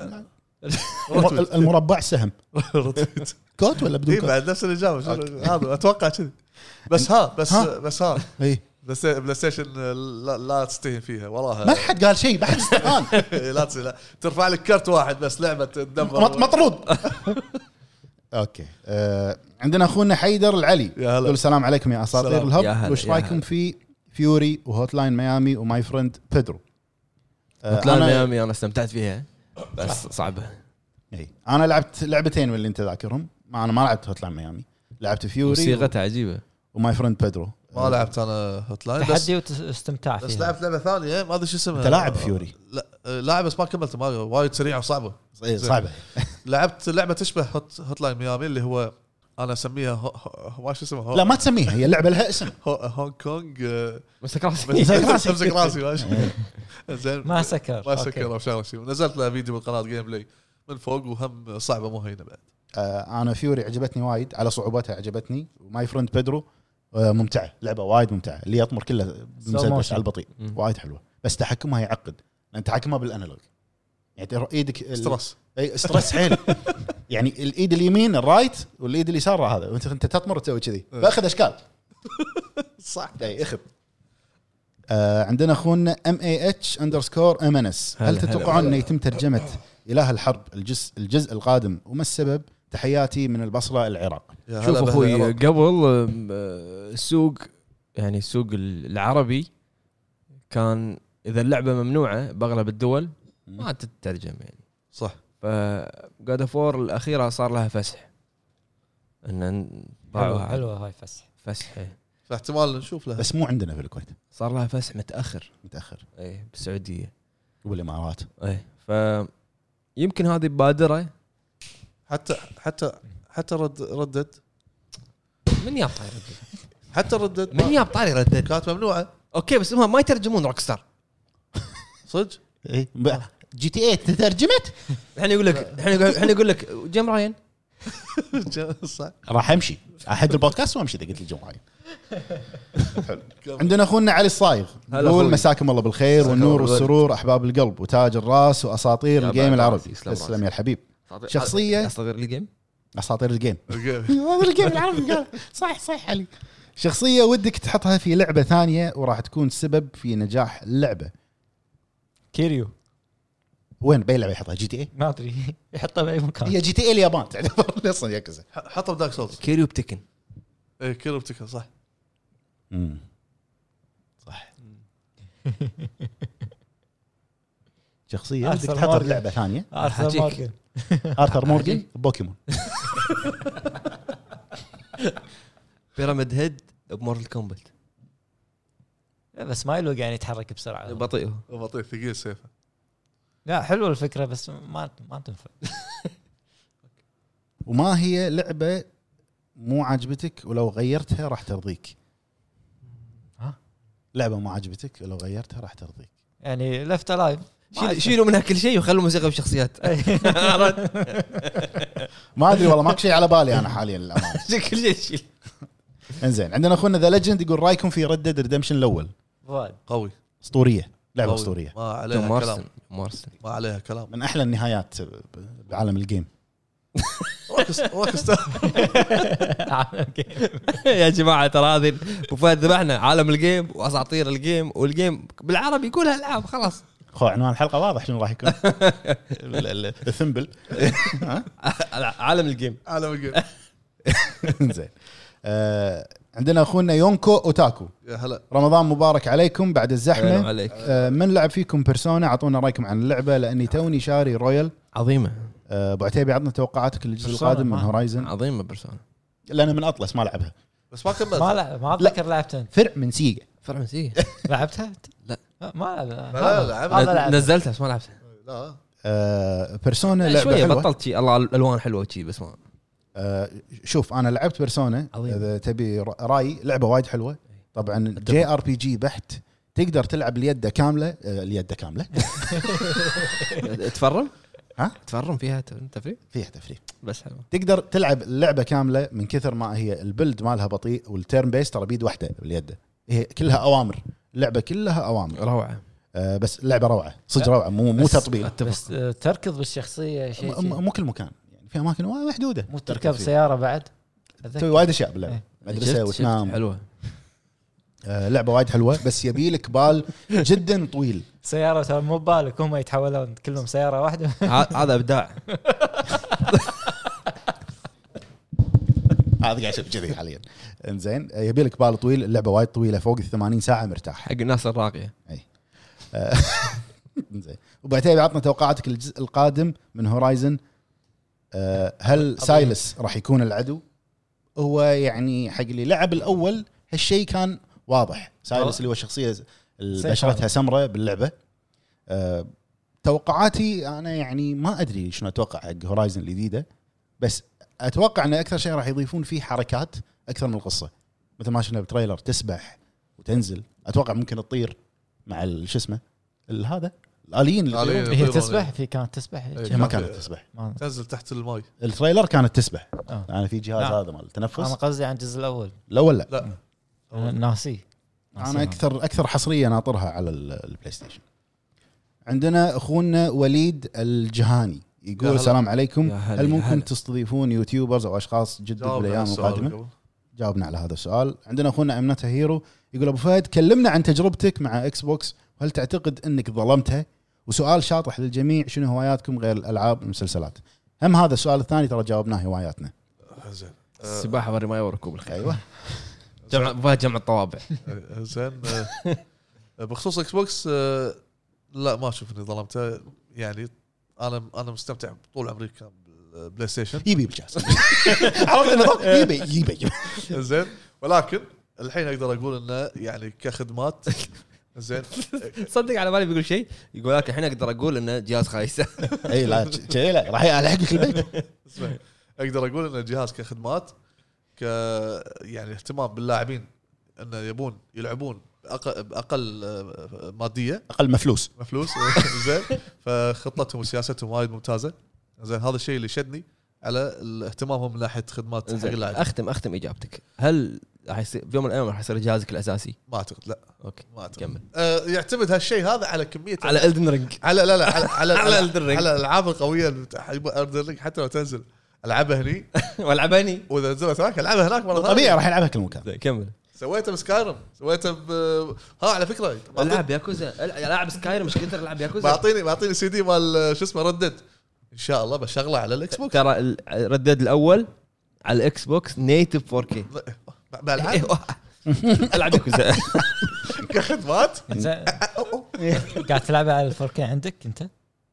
المربع سهم كوت ولا بدون اي كوت؟ بعد نفس الاجابه هذا اتوقع كذي بس ها بس ها؟ بس ها اي بس بلاي ستيشن لا, لا تستهين فيها وراها ما حد قال شيء ما حد استهان. لا تس- لا ترفع لك كرت واحد بس لعبه تدمر مط- مطرود. اوكي أه عندنا اخونا حيدر العلي يا هلا. يقول السلام عليكم يا اساطير سلام. يا الهب هلا، وش يا رايكم هلا. في فيوري وهوت لاين ميامي وماي فريند بيدرو؟ أه هوتلاين أنا- ميامي انا استمتعت فيها بس صعبه. اي انا لعبت لعبتين من اللي انت ذاكرهم. ما انا ما لعبت هوت لاين ميامي لعبت فيوري وصيغتها عجيبه. وماي فريند بيدرو. ما لعبت انا هوت لاين بس تحدي واستمتاع بس فيها. لعبت لعبه ثانيه ما ادري شو اسمها. انت لاعب فيوري؟ لا لاعب بس ما كملت ما وايد سريعه وصعبه. إيه، صعبه. لعبت لعبه تشبه هوت, هوت لاين ميامي اللي هو انا اسميها هو هو ما شو اسمه هو لا ما تسميها هي اللعبه لها اسم. هو هونغ كونغ آه، مسك راسي بس امسك راسي ماشي زين ما سكر ما أوكي. سكر او شغله شيء ونزلت له فيديو بالقناه جيم بلاي من فوق وهم صعبه مو هينه بعد. آه انا فيوري عجبتني وايد على صعوبتها عجبتني. وماي فريند بيدرو آه ممتعه لعبه وايد ممتعه اللي يطمر كله بمسدس على البطيء مم. وايد حلوه بس تحكمها يعقد لان تحكمها بالانالوج يعني ترى ايدك ال- سترس اي ستريس حيل يعني الايد اليمين الرايت والايد اليسار هذا وانت انت تطمر تسوي كذي فاخذ اشكال صح اي اخذ. آه عندنا اخونا ام اي اتش اندرسكور ام ان اس هل هلا، تتوقعون هلا. انه يتم ترجمه اله الحرب الجزء الجزء القادم وما السبب؟ تحياتي من البصره العراق. يا شوف هلا اخوي بهلا. قبل آم، آه، السوق يعني السوق العربي كان اذا اللعبه ممنوعه باغلب الدول ما تترجم يعني. صح فجاد اوف وور الاخيره صار لها فسح ان حلوه ضاعوا حلوه هاي فسح. فسح إيه. فاحتمال نشوف له بس مو عندنا في الكويت صار لها فسح متاخر متاخر اي بالسعوديه والامارات. اي ف يمكن هذه بادره حتى حتى حتى رد ردد من ياب طاري ردد حتى ردد من ياب طاري ردد كانت ممنوعه اوكي بس هم ما يترجمون روك ستار. صدق. اي جي تي اي تترجمت الحين يقول لك الحين يقول الحين يقول لك جيم راين صح راح امشي احد البودكاست وامشي اذا قلت لي جمعه. عندنا اخونا علي الصايغ هلا يقول أخوي. مساكم الله بالخير مساك والنور الله بالورد. والسرور احباب القلب وتاج الراس واساطير يا الجيم بعد العربي. راسي، يسلم تسلم راسي. يا الحبيب. شخصية- اصغر الجيم اساطير الجيم أوكي. الجيم العربي صح صح علي. شخصيه ودك تحطها في لعبه ثانيه وراح تكون سبب في نجاح اللعبه. كيريو وين باي لعبه يحطها جي تي اي؟ ما ادري يحطه باي مكان. هي جي تي اي اليابان تعتبر اصلا ياكوزا. حطه بدارك سولز كيريو بتكن ايه كيلو بتكن صح امم صح. شخصيه ودك أرثر تحطها مورغان. بلعبه ثانيه. ارثر حاجيك. مورغان. ارثر مورغان بوكيمون. بيراميد هيد بمورتال كومبات بس ما يلوق يعني يتحرك بسرعه. بطيء بطيء ثقيل سيفه لا حلوه الفكره بس ما ما تنفع. وما هي لعبه مو عاجبتك ولو غيرتها راح ترضيك؟ ها؟ لعبه مو عاجبتك ولو غيرتها راح ترضيك؟ يعني لفت لايف شيل- شيلوا منها كل شيء وخلوا موسيقى بالشخصيات. ما ادري والله ماك شيء على بالي انا حاليا للامانه. كل شيء شيل. انزين عندنا اخونا ذا ليجند يقول رايكم في ردد ريدمشن الاول؟ فؤاد قوي اسطوريه لعبه قوي. اسطوريه ما عليها كلام مارسن مارسن ما عليها كلام من احلى النهايات بعالم الجيم. روكس روكس يا جماعه ترى هذه ابو فهد ذبحنا عالم الجيم واساطير الجيم والجيم بالعربي كلها العاب خلاص. خو عنوان الحلقه واضح شنو راح يكون. الثنبل. عالم الجيم عالم الجيم انزين آه عندنا اخونا يونكو اوتاكو يا هلا رمضان مبارك عليكم بعد السلام الزحمه. عليك. آه من لعب فيكم بيرسونا اعطونا رايكم عن اللعبه لاني توني شاري رويال. عظيمه آه، ابو عتيبي عطنا توقعاتك للجزء بيرسونا القادم من ما- هورايزن. عظيمه بيرسونا. لان من اطلس ما لعبها. بس ما كملت ما لا ما اتذكر لعبتين. فرع من سيجا فرنسيه لعبتها؟ لا. ما لا لا لعبها. هذا لعبها. نزلتها بس ما لعبتها. لا آه بيرسونا لعبه شويه حلوة. بطلت شي الله الالوان حلوه شي بس ما آه شوف انا لعبت بيرسونا، عظيم. اذا تبي راي لعبه وايد حلوه طبعا، جي ار بي جي بحت، تقدر تلعب اليد كامله آه اليد كامله تفرم ها تفرم فيها تفريق فيها تفريق، بس حلو. تقدر تلعب اللعبه كامله من كثر ما هي البلد مالها بطيء، والتيرن بيس ترى بيد واحده باليد، هي كلها اوامر، اللعبه كلها اوامر روعه. آه بس لعبه روعه صدق روعه، مو مو تطبيل، بس آه، تركض بالشخصيه شيء م- شيء. مو كل مكان يعني، في اماكن وايد محدوده مو تركب تركب فيها. سياره بعد. تسوي وايد اشياء باللعبه، إيه. مدرسه شفت- وتنام. شفت حلوه. آه لعبه وايد حلوه بس يبي لك بال جدا طويل. سياره ترى مو ببالك، هم يتحولون كلهم سياره واحده. ه- هذا ابداع. هذا قاعد اشوف كذي حاليا. انزين يبي لك بال طويل، اللعبه وايد طويله فوق ال ثمانين ساعه مرتاح. حق الناس الراقيه. آه، انزين وبعدين عطنا توقعاتك الجزء القادم من هورايزن. آه، هل سايلس راح يكون العدو؟ هو يعني حق اللي لعب الاول هالشيء كان واضح، سايلس اللي هو الشخصيه اللي بشرتها سمراء باللعبه. أه توقعاتي انا يعني ما ادري شنو اتوقع حق هورايزن الجديده، بس اتوقع ان اكثر شيء راح يضيفون فيه حركات اكثر من القصه، مثل ما شفنا بتريلر تسبح وتنزل، اتوقع ممكن تطير مع ال- شو اسمه ال- هذا الاليين اللي الآليين. يطيرون. هي يطيرون. تسبح، في كانت تسبح. إيه. هي ما كانت تسبح، ما- تنزل تحت الماء. التريلر كانت تسبح. آه. انا في جهاز نعم. هذا مال التنفس انا قصدي عن الجزء الاول. الاول لا, لا أنا ناسي. انا اكثر اكثر حصريه ناطرها على ال- البلاي ستيشن. عندنا اخونا وليد الجهاني يا يقول هلا. السلام عليكم، يا هلا، هل يا ممكن هلا. تستضيفون يوتيوبرز او اشخاص جدد جاوبنا على بالايام السؤال القادمه؟ قبل. جاوبنا على هذا السؤال. عندنا اخونا امنته هيرو يقول ابو فهد كلمنا عن تجربتك مع اكس بوكس، وهل تعتقد انك ظلمتها؟ وسؤال شاطح للجميع، شنو هواياتكم غير الالعاب والمسلسلات؟ هم هذا السؤال الثاني ترى جاوبناه هواياتنا. زين السباحه ورمايه وركوب الخيل. ايوه جمع فهد جمع الطوابع. آه، زين آه، بخصوص اكس بوكس آه، لا ما اشوف اني ظلمته يعني. انا انا مستمتع طول عمري كان بالبلاي ستيشن. يبي بالجهاز عرفت النظام، يبي يبي زين ولكن الحين اقدر اقول انه يعني كخدمات زين. صدق على بالي بيقول شيء، يقول لك الحين اقدر اقول انه جهاز خايسه. اي لا شيء لا راح الحقك البيت. اسمع، اقدر اقول ان الجهاز كخدمات ك يعني اهتمام باللاعبين انه يبون يلعبون بأق- باقل آه، ماديه اقل مفلوس. مفلوس زين. فخطتهم وسياستهم وايد ممتازه. زين هذا الشيء اللي شدني على اهتمامهم من ناحيه خدمات حق زين، اللاعبين. اختم اختم اجابتك. هل راح يصير في يوم من الايام راح يصير جهازك الاساسي؟ ما اعتقد لا اوكي ما اعتقد. كمل. آه يعتمد هالشيء هذا على كميه على الدن رينج. على لا لا على على على على, Elden Ring. على الالعاب القويه اللي بتاع- Elden Ring حتى لو تنزل العبها هني والعباني. واذا نزلت هناك العبها هناك مره ثانيه. طبيعي راح يلعبها كل مكان. زين، كمل. سويته بسكايرم سويته ب ها على فكره العب ياكوزا، العب سكايرم، مش كنت العب ياكوزا. بعطيني بعطيني سي دي مال شو اسمه ردد ان شاء الله بشغله على الاكس بوكس. ترى ال- ردد الاول على الاكس بوكس نيتف فور كي. بالعاب العب ياكوزا. كخدمات زين. قاعد تلعبها على الفور كي عندك انت؟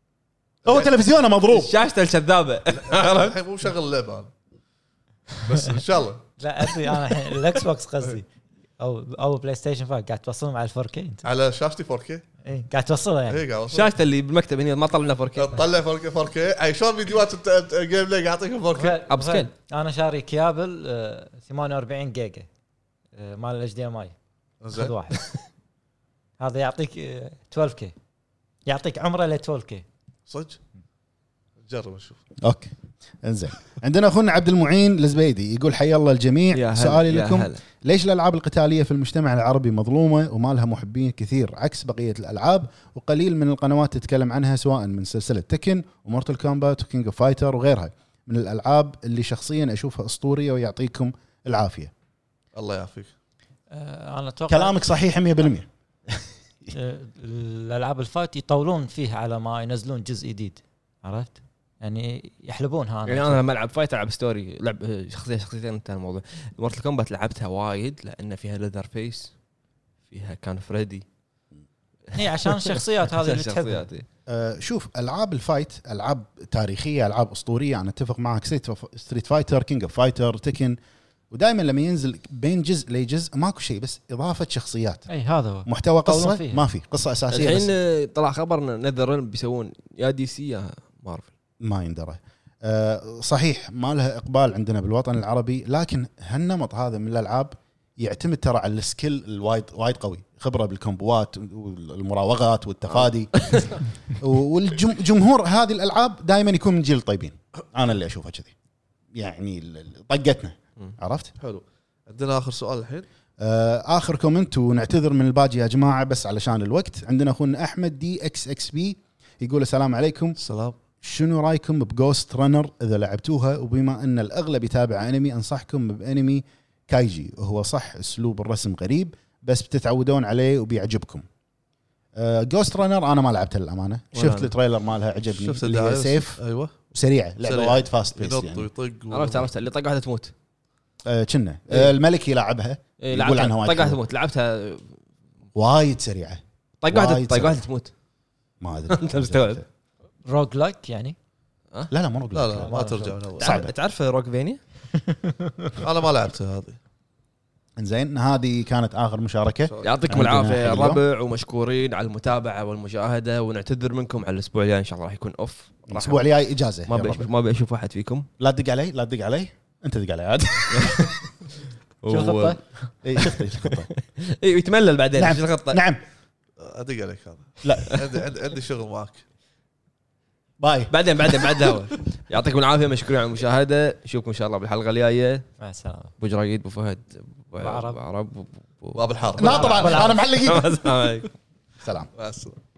هو تلفزيونه مضروب. شاشته الكذابه. الحين مو مشغل اللعبه انا بس ان شاء الله. لا ادري انا الحين الاكس بوكس قصدي، او او بلاي ستيشن فايف قاعد توصلهم على الفور كي انت؟ على شاشتي فور كي اي قاعد توصلها يعني. هي قاعد أوصل. شاشته اللي بالمكتب هنا ما طلعنا فور كي. تطلع فور كي فور كي اي شلون فيديوهات الت- الجيم بلاي قاعد يعطيك فور كي. أب سكيل. انا شاري كيابل آه، ثمانية وأربعين جيجا آه، مال الاتش دي ام اي. خذ زين واحد هذا يعطيك آه، اثنا عشر كي، يعطيك عمره ل اثنا عشر كي. صدق نجرب نشوف. اوكي انزين. عندنا اخونا عبد المعين الزبيدي يقول حيا الله الجميع. يا هلا، سؤالي يا لكم هلا. ليش الالعاب القتاليه في المجتمع العربي مظلومه وما لها محبين كثير عكس بقيه الالعاب، وقليل من القنوات تتكلم عنها سواء من سلسله تكن ومورتال كومبات وكينج اوف فايتر وغيرها من الالعاب اللي شخصيا اشوفها اسطوريه، ويعطيكم العافيه. الله يعافيك. آه، انا اتوقع كلامك صحيح مية بالمية. آه، الالعاب الفايت يطولون فيها على ما ينزلون جزء جديد، عرفت يعني يحلبونها. يعني انا لما العب فايت العب ستوري، لعب شخصيه شخصيتين انتهى الموضوع. مورتال كومبات لعبتها وايد لان فيها ليذر فيس، فيها كان فريدي. هي عشان الشخصيات هذه اللي تحبها. الشخصيات إيه. أه شوف العاب الفايت العاب تاريخيه، العاب اسطوريه، انا اتفق معك. ستريت فايتر، كينج اوف فايتر، تكن، ودائما لما ينزل بين جزء لجزء ماكو شيء بس اضافه شخصيات. اي هذا هو محتوى يطولون قصه فيها. ما في قصه اساسيه بس الحين طلع خبر ان نذر بيسوون يا دي سي يا مارفل. ما يندرى. أه صحيح ما لها اقبال عندنا بالوطن العربي، لكن هالنمط هذا من الالعاب يعتمد ترى على السكيل الوايد وايد قوي، خبره بالكومبوات والمراوغات والتفادي. والجمهور هذه الالعاب دائما يكون من جيل الطيبين، انا اللي اشوفها كذي يعني ال- ال- طقتنا. عرفت؟ حلو. عندنا اخر سؤال الحين. آه اخر كومنت ونعتذر من الباقي يا جماعه بس علشان الوقت. عندنا اخونا احمد دي اكس اكس بي يقول السلام عليكم، السلام. شنو رايكم بجوست رانر اذا لعبتوها؟ وبما ان الاغلب يتابع انمي انصحكم بانمي كايجي، وهو صح اسلوب الرسم غريب بس بتتعودون عليه وبيعجبكم. جوست رانر انا ما لعبتها للامانه، شفت أنا. التريلر مالها عجبني، شفت اللي هي الدعاية؟ سيف ايوه وسريعه، لعبه سريع. وايد فاست بيس ينط يعني. ويطق و- عرفت عرفت اللي طق واحده تموت. آه، كنا إيه. آه، الملك يلعبها إيه، يقول لعبتها عنها طق وايد واحده حلوة. تموت. لعبتها وايد سريعه طق واحده وايد طق سريع. واحده تموت. ما ادري أنت مستوعب؟ روج لايك يعني. لا لا مو لا لا ما ترجع من اول. صعبة. تعرف روك فينيا؟ انا ما لعبتها هذه. انزين هذه كانت اخر مشاركه. يعطيكم عندنا العافيه يا حلقة. الربع، ومشكورين على المتابعه والمشاهده، ونعتذر منكم على الاسبوع الجاي ان شاء الله راح يكون اوف. راح- الاسبوع الجاي اجازه ما يا بيش رب. ما بيشوف واحد فيكم. لا تدق علي لا تدق علي انت دق علي عاد. شو الخطه؟ اي شفت ايش الخطه. اي يتملل بعدين. نعم. ايش الخطه؟ نعم ادق عليك هذا. لا عندي عندي عندي شغل معك. باي. بعدين بعدين بعد الهوا. يعطيكم العافيه، مشكورين على المشاهده، نشوفكم ان شاء الله بالحلقه الجايه. مع السلامه. ابو جرايد، ابو فهد، ابو عرب. عرب، باب الحاره. لا طبعا انا محلقين. السلام عليكم. سلام. مع السلامه.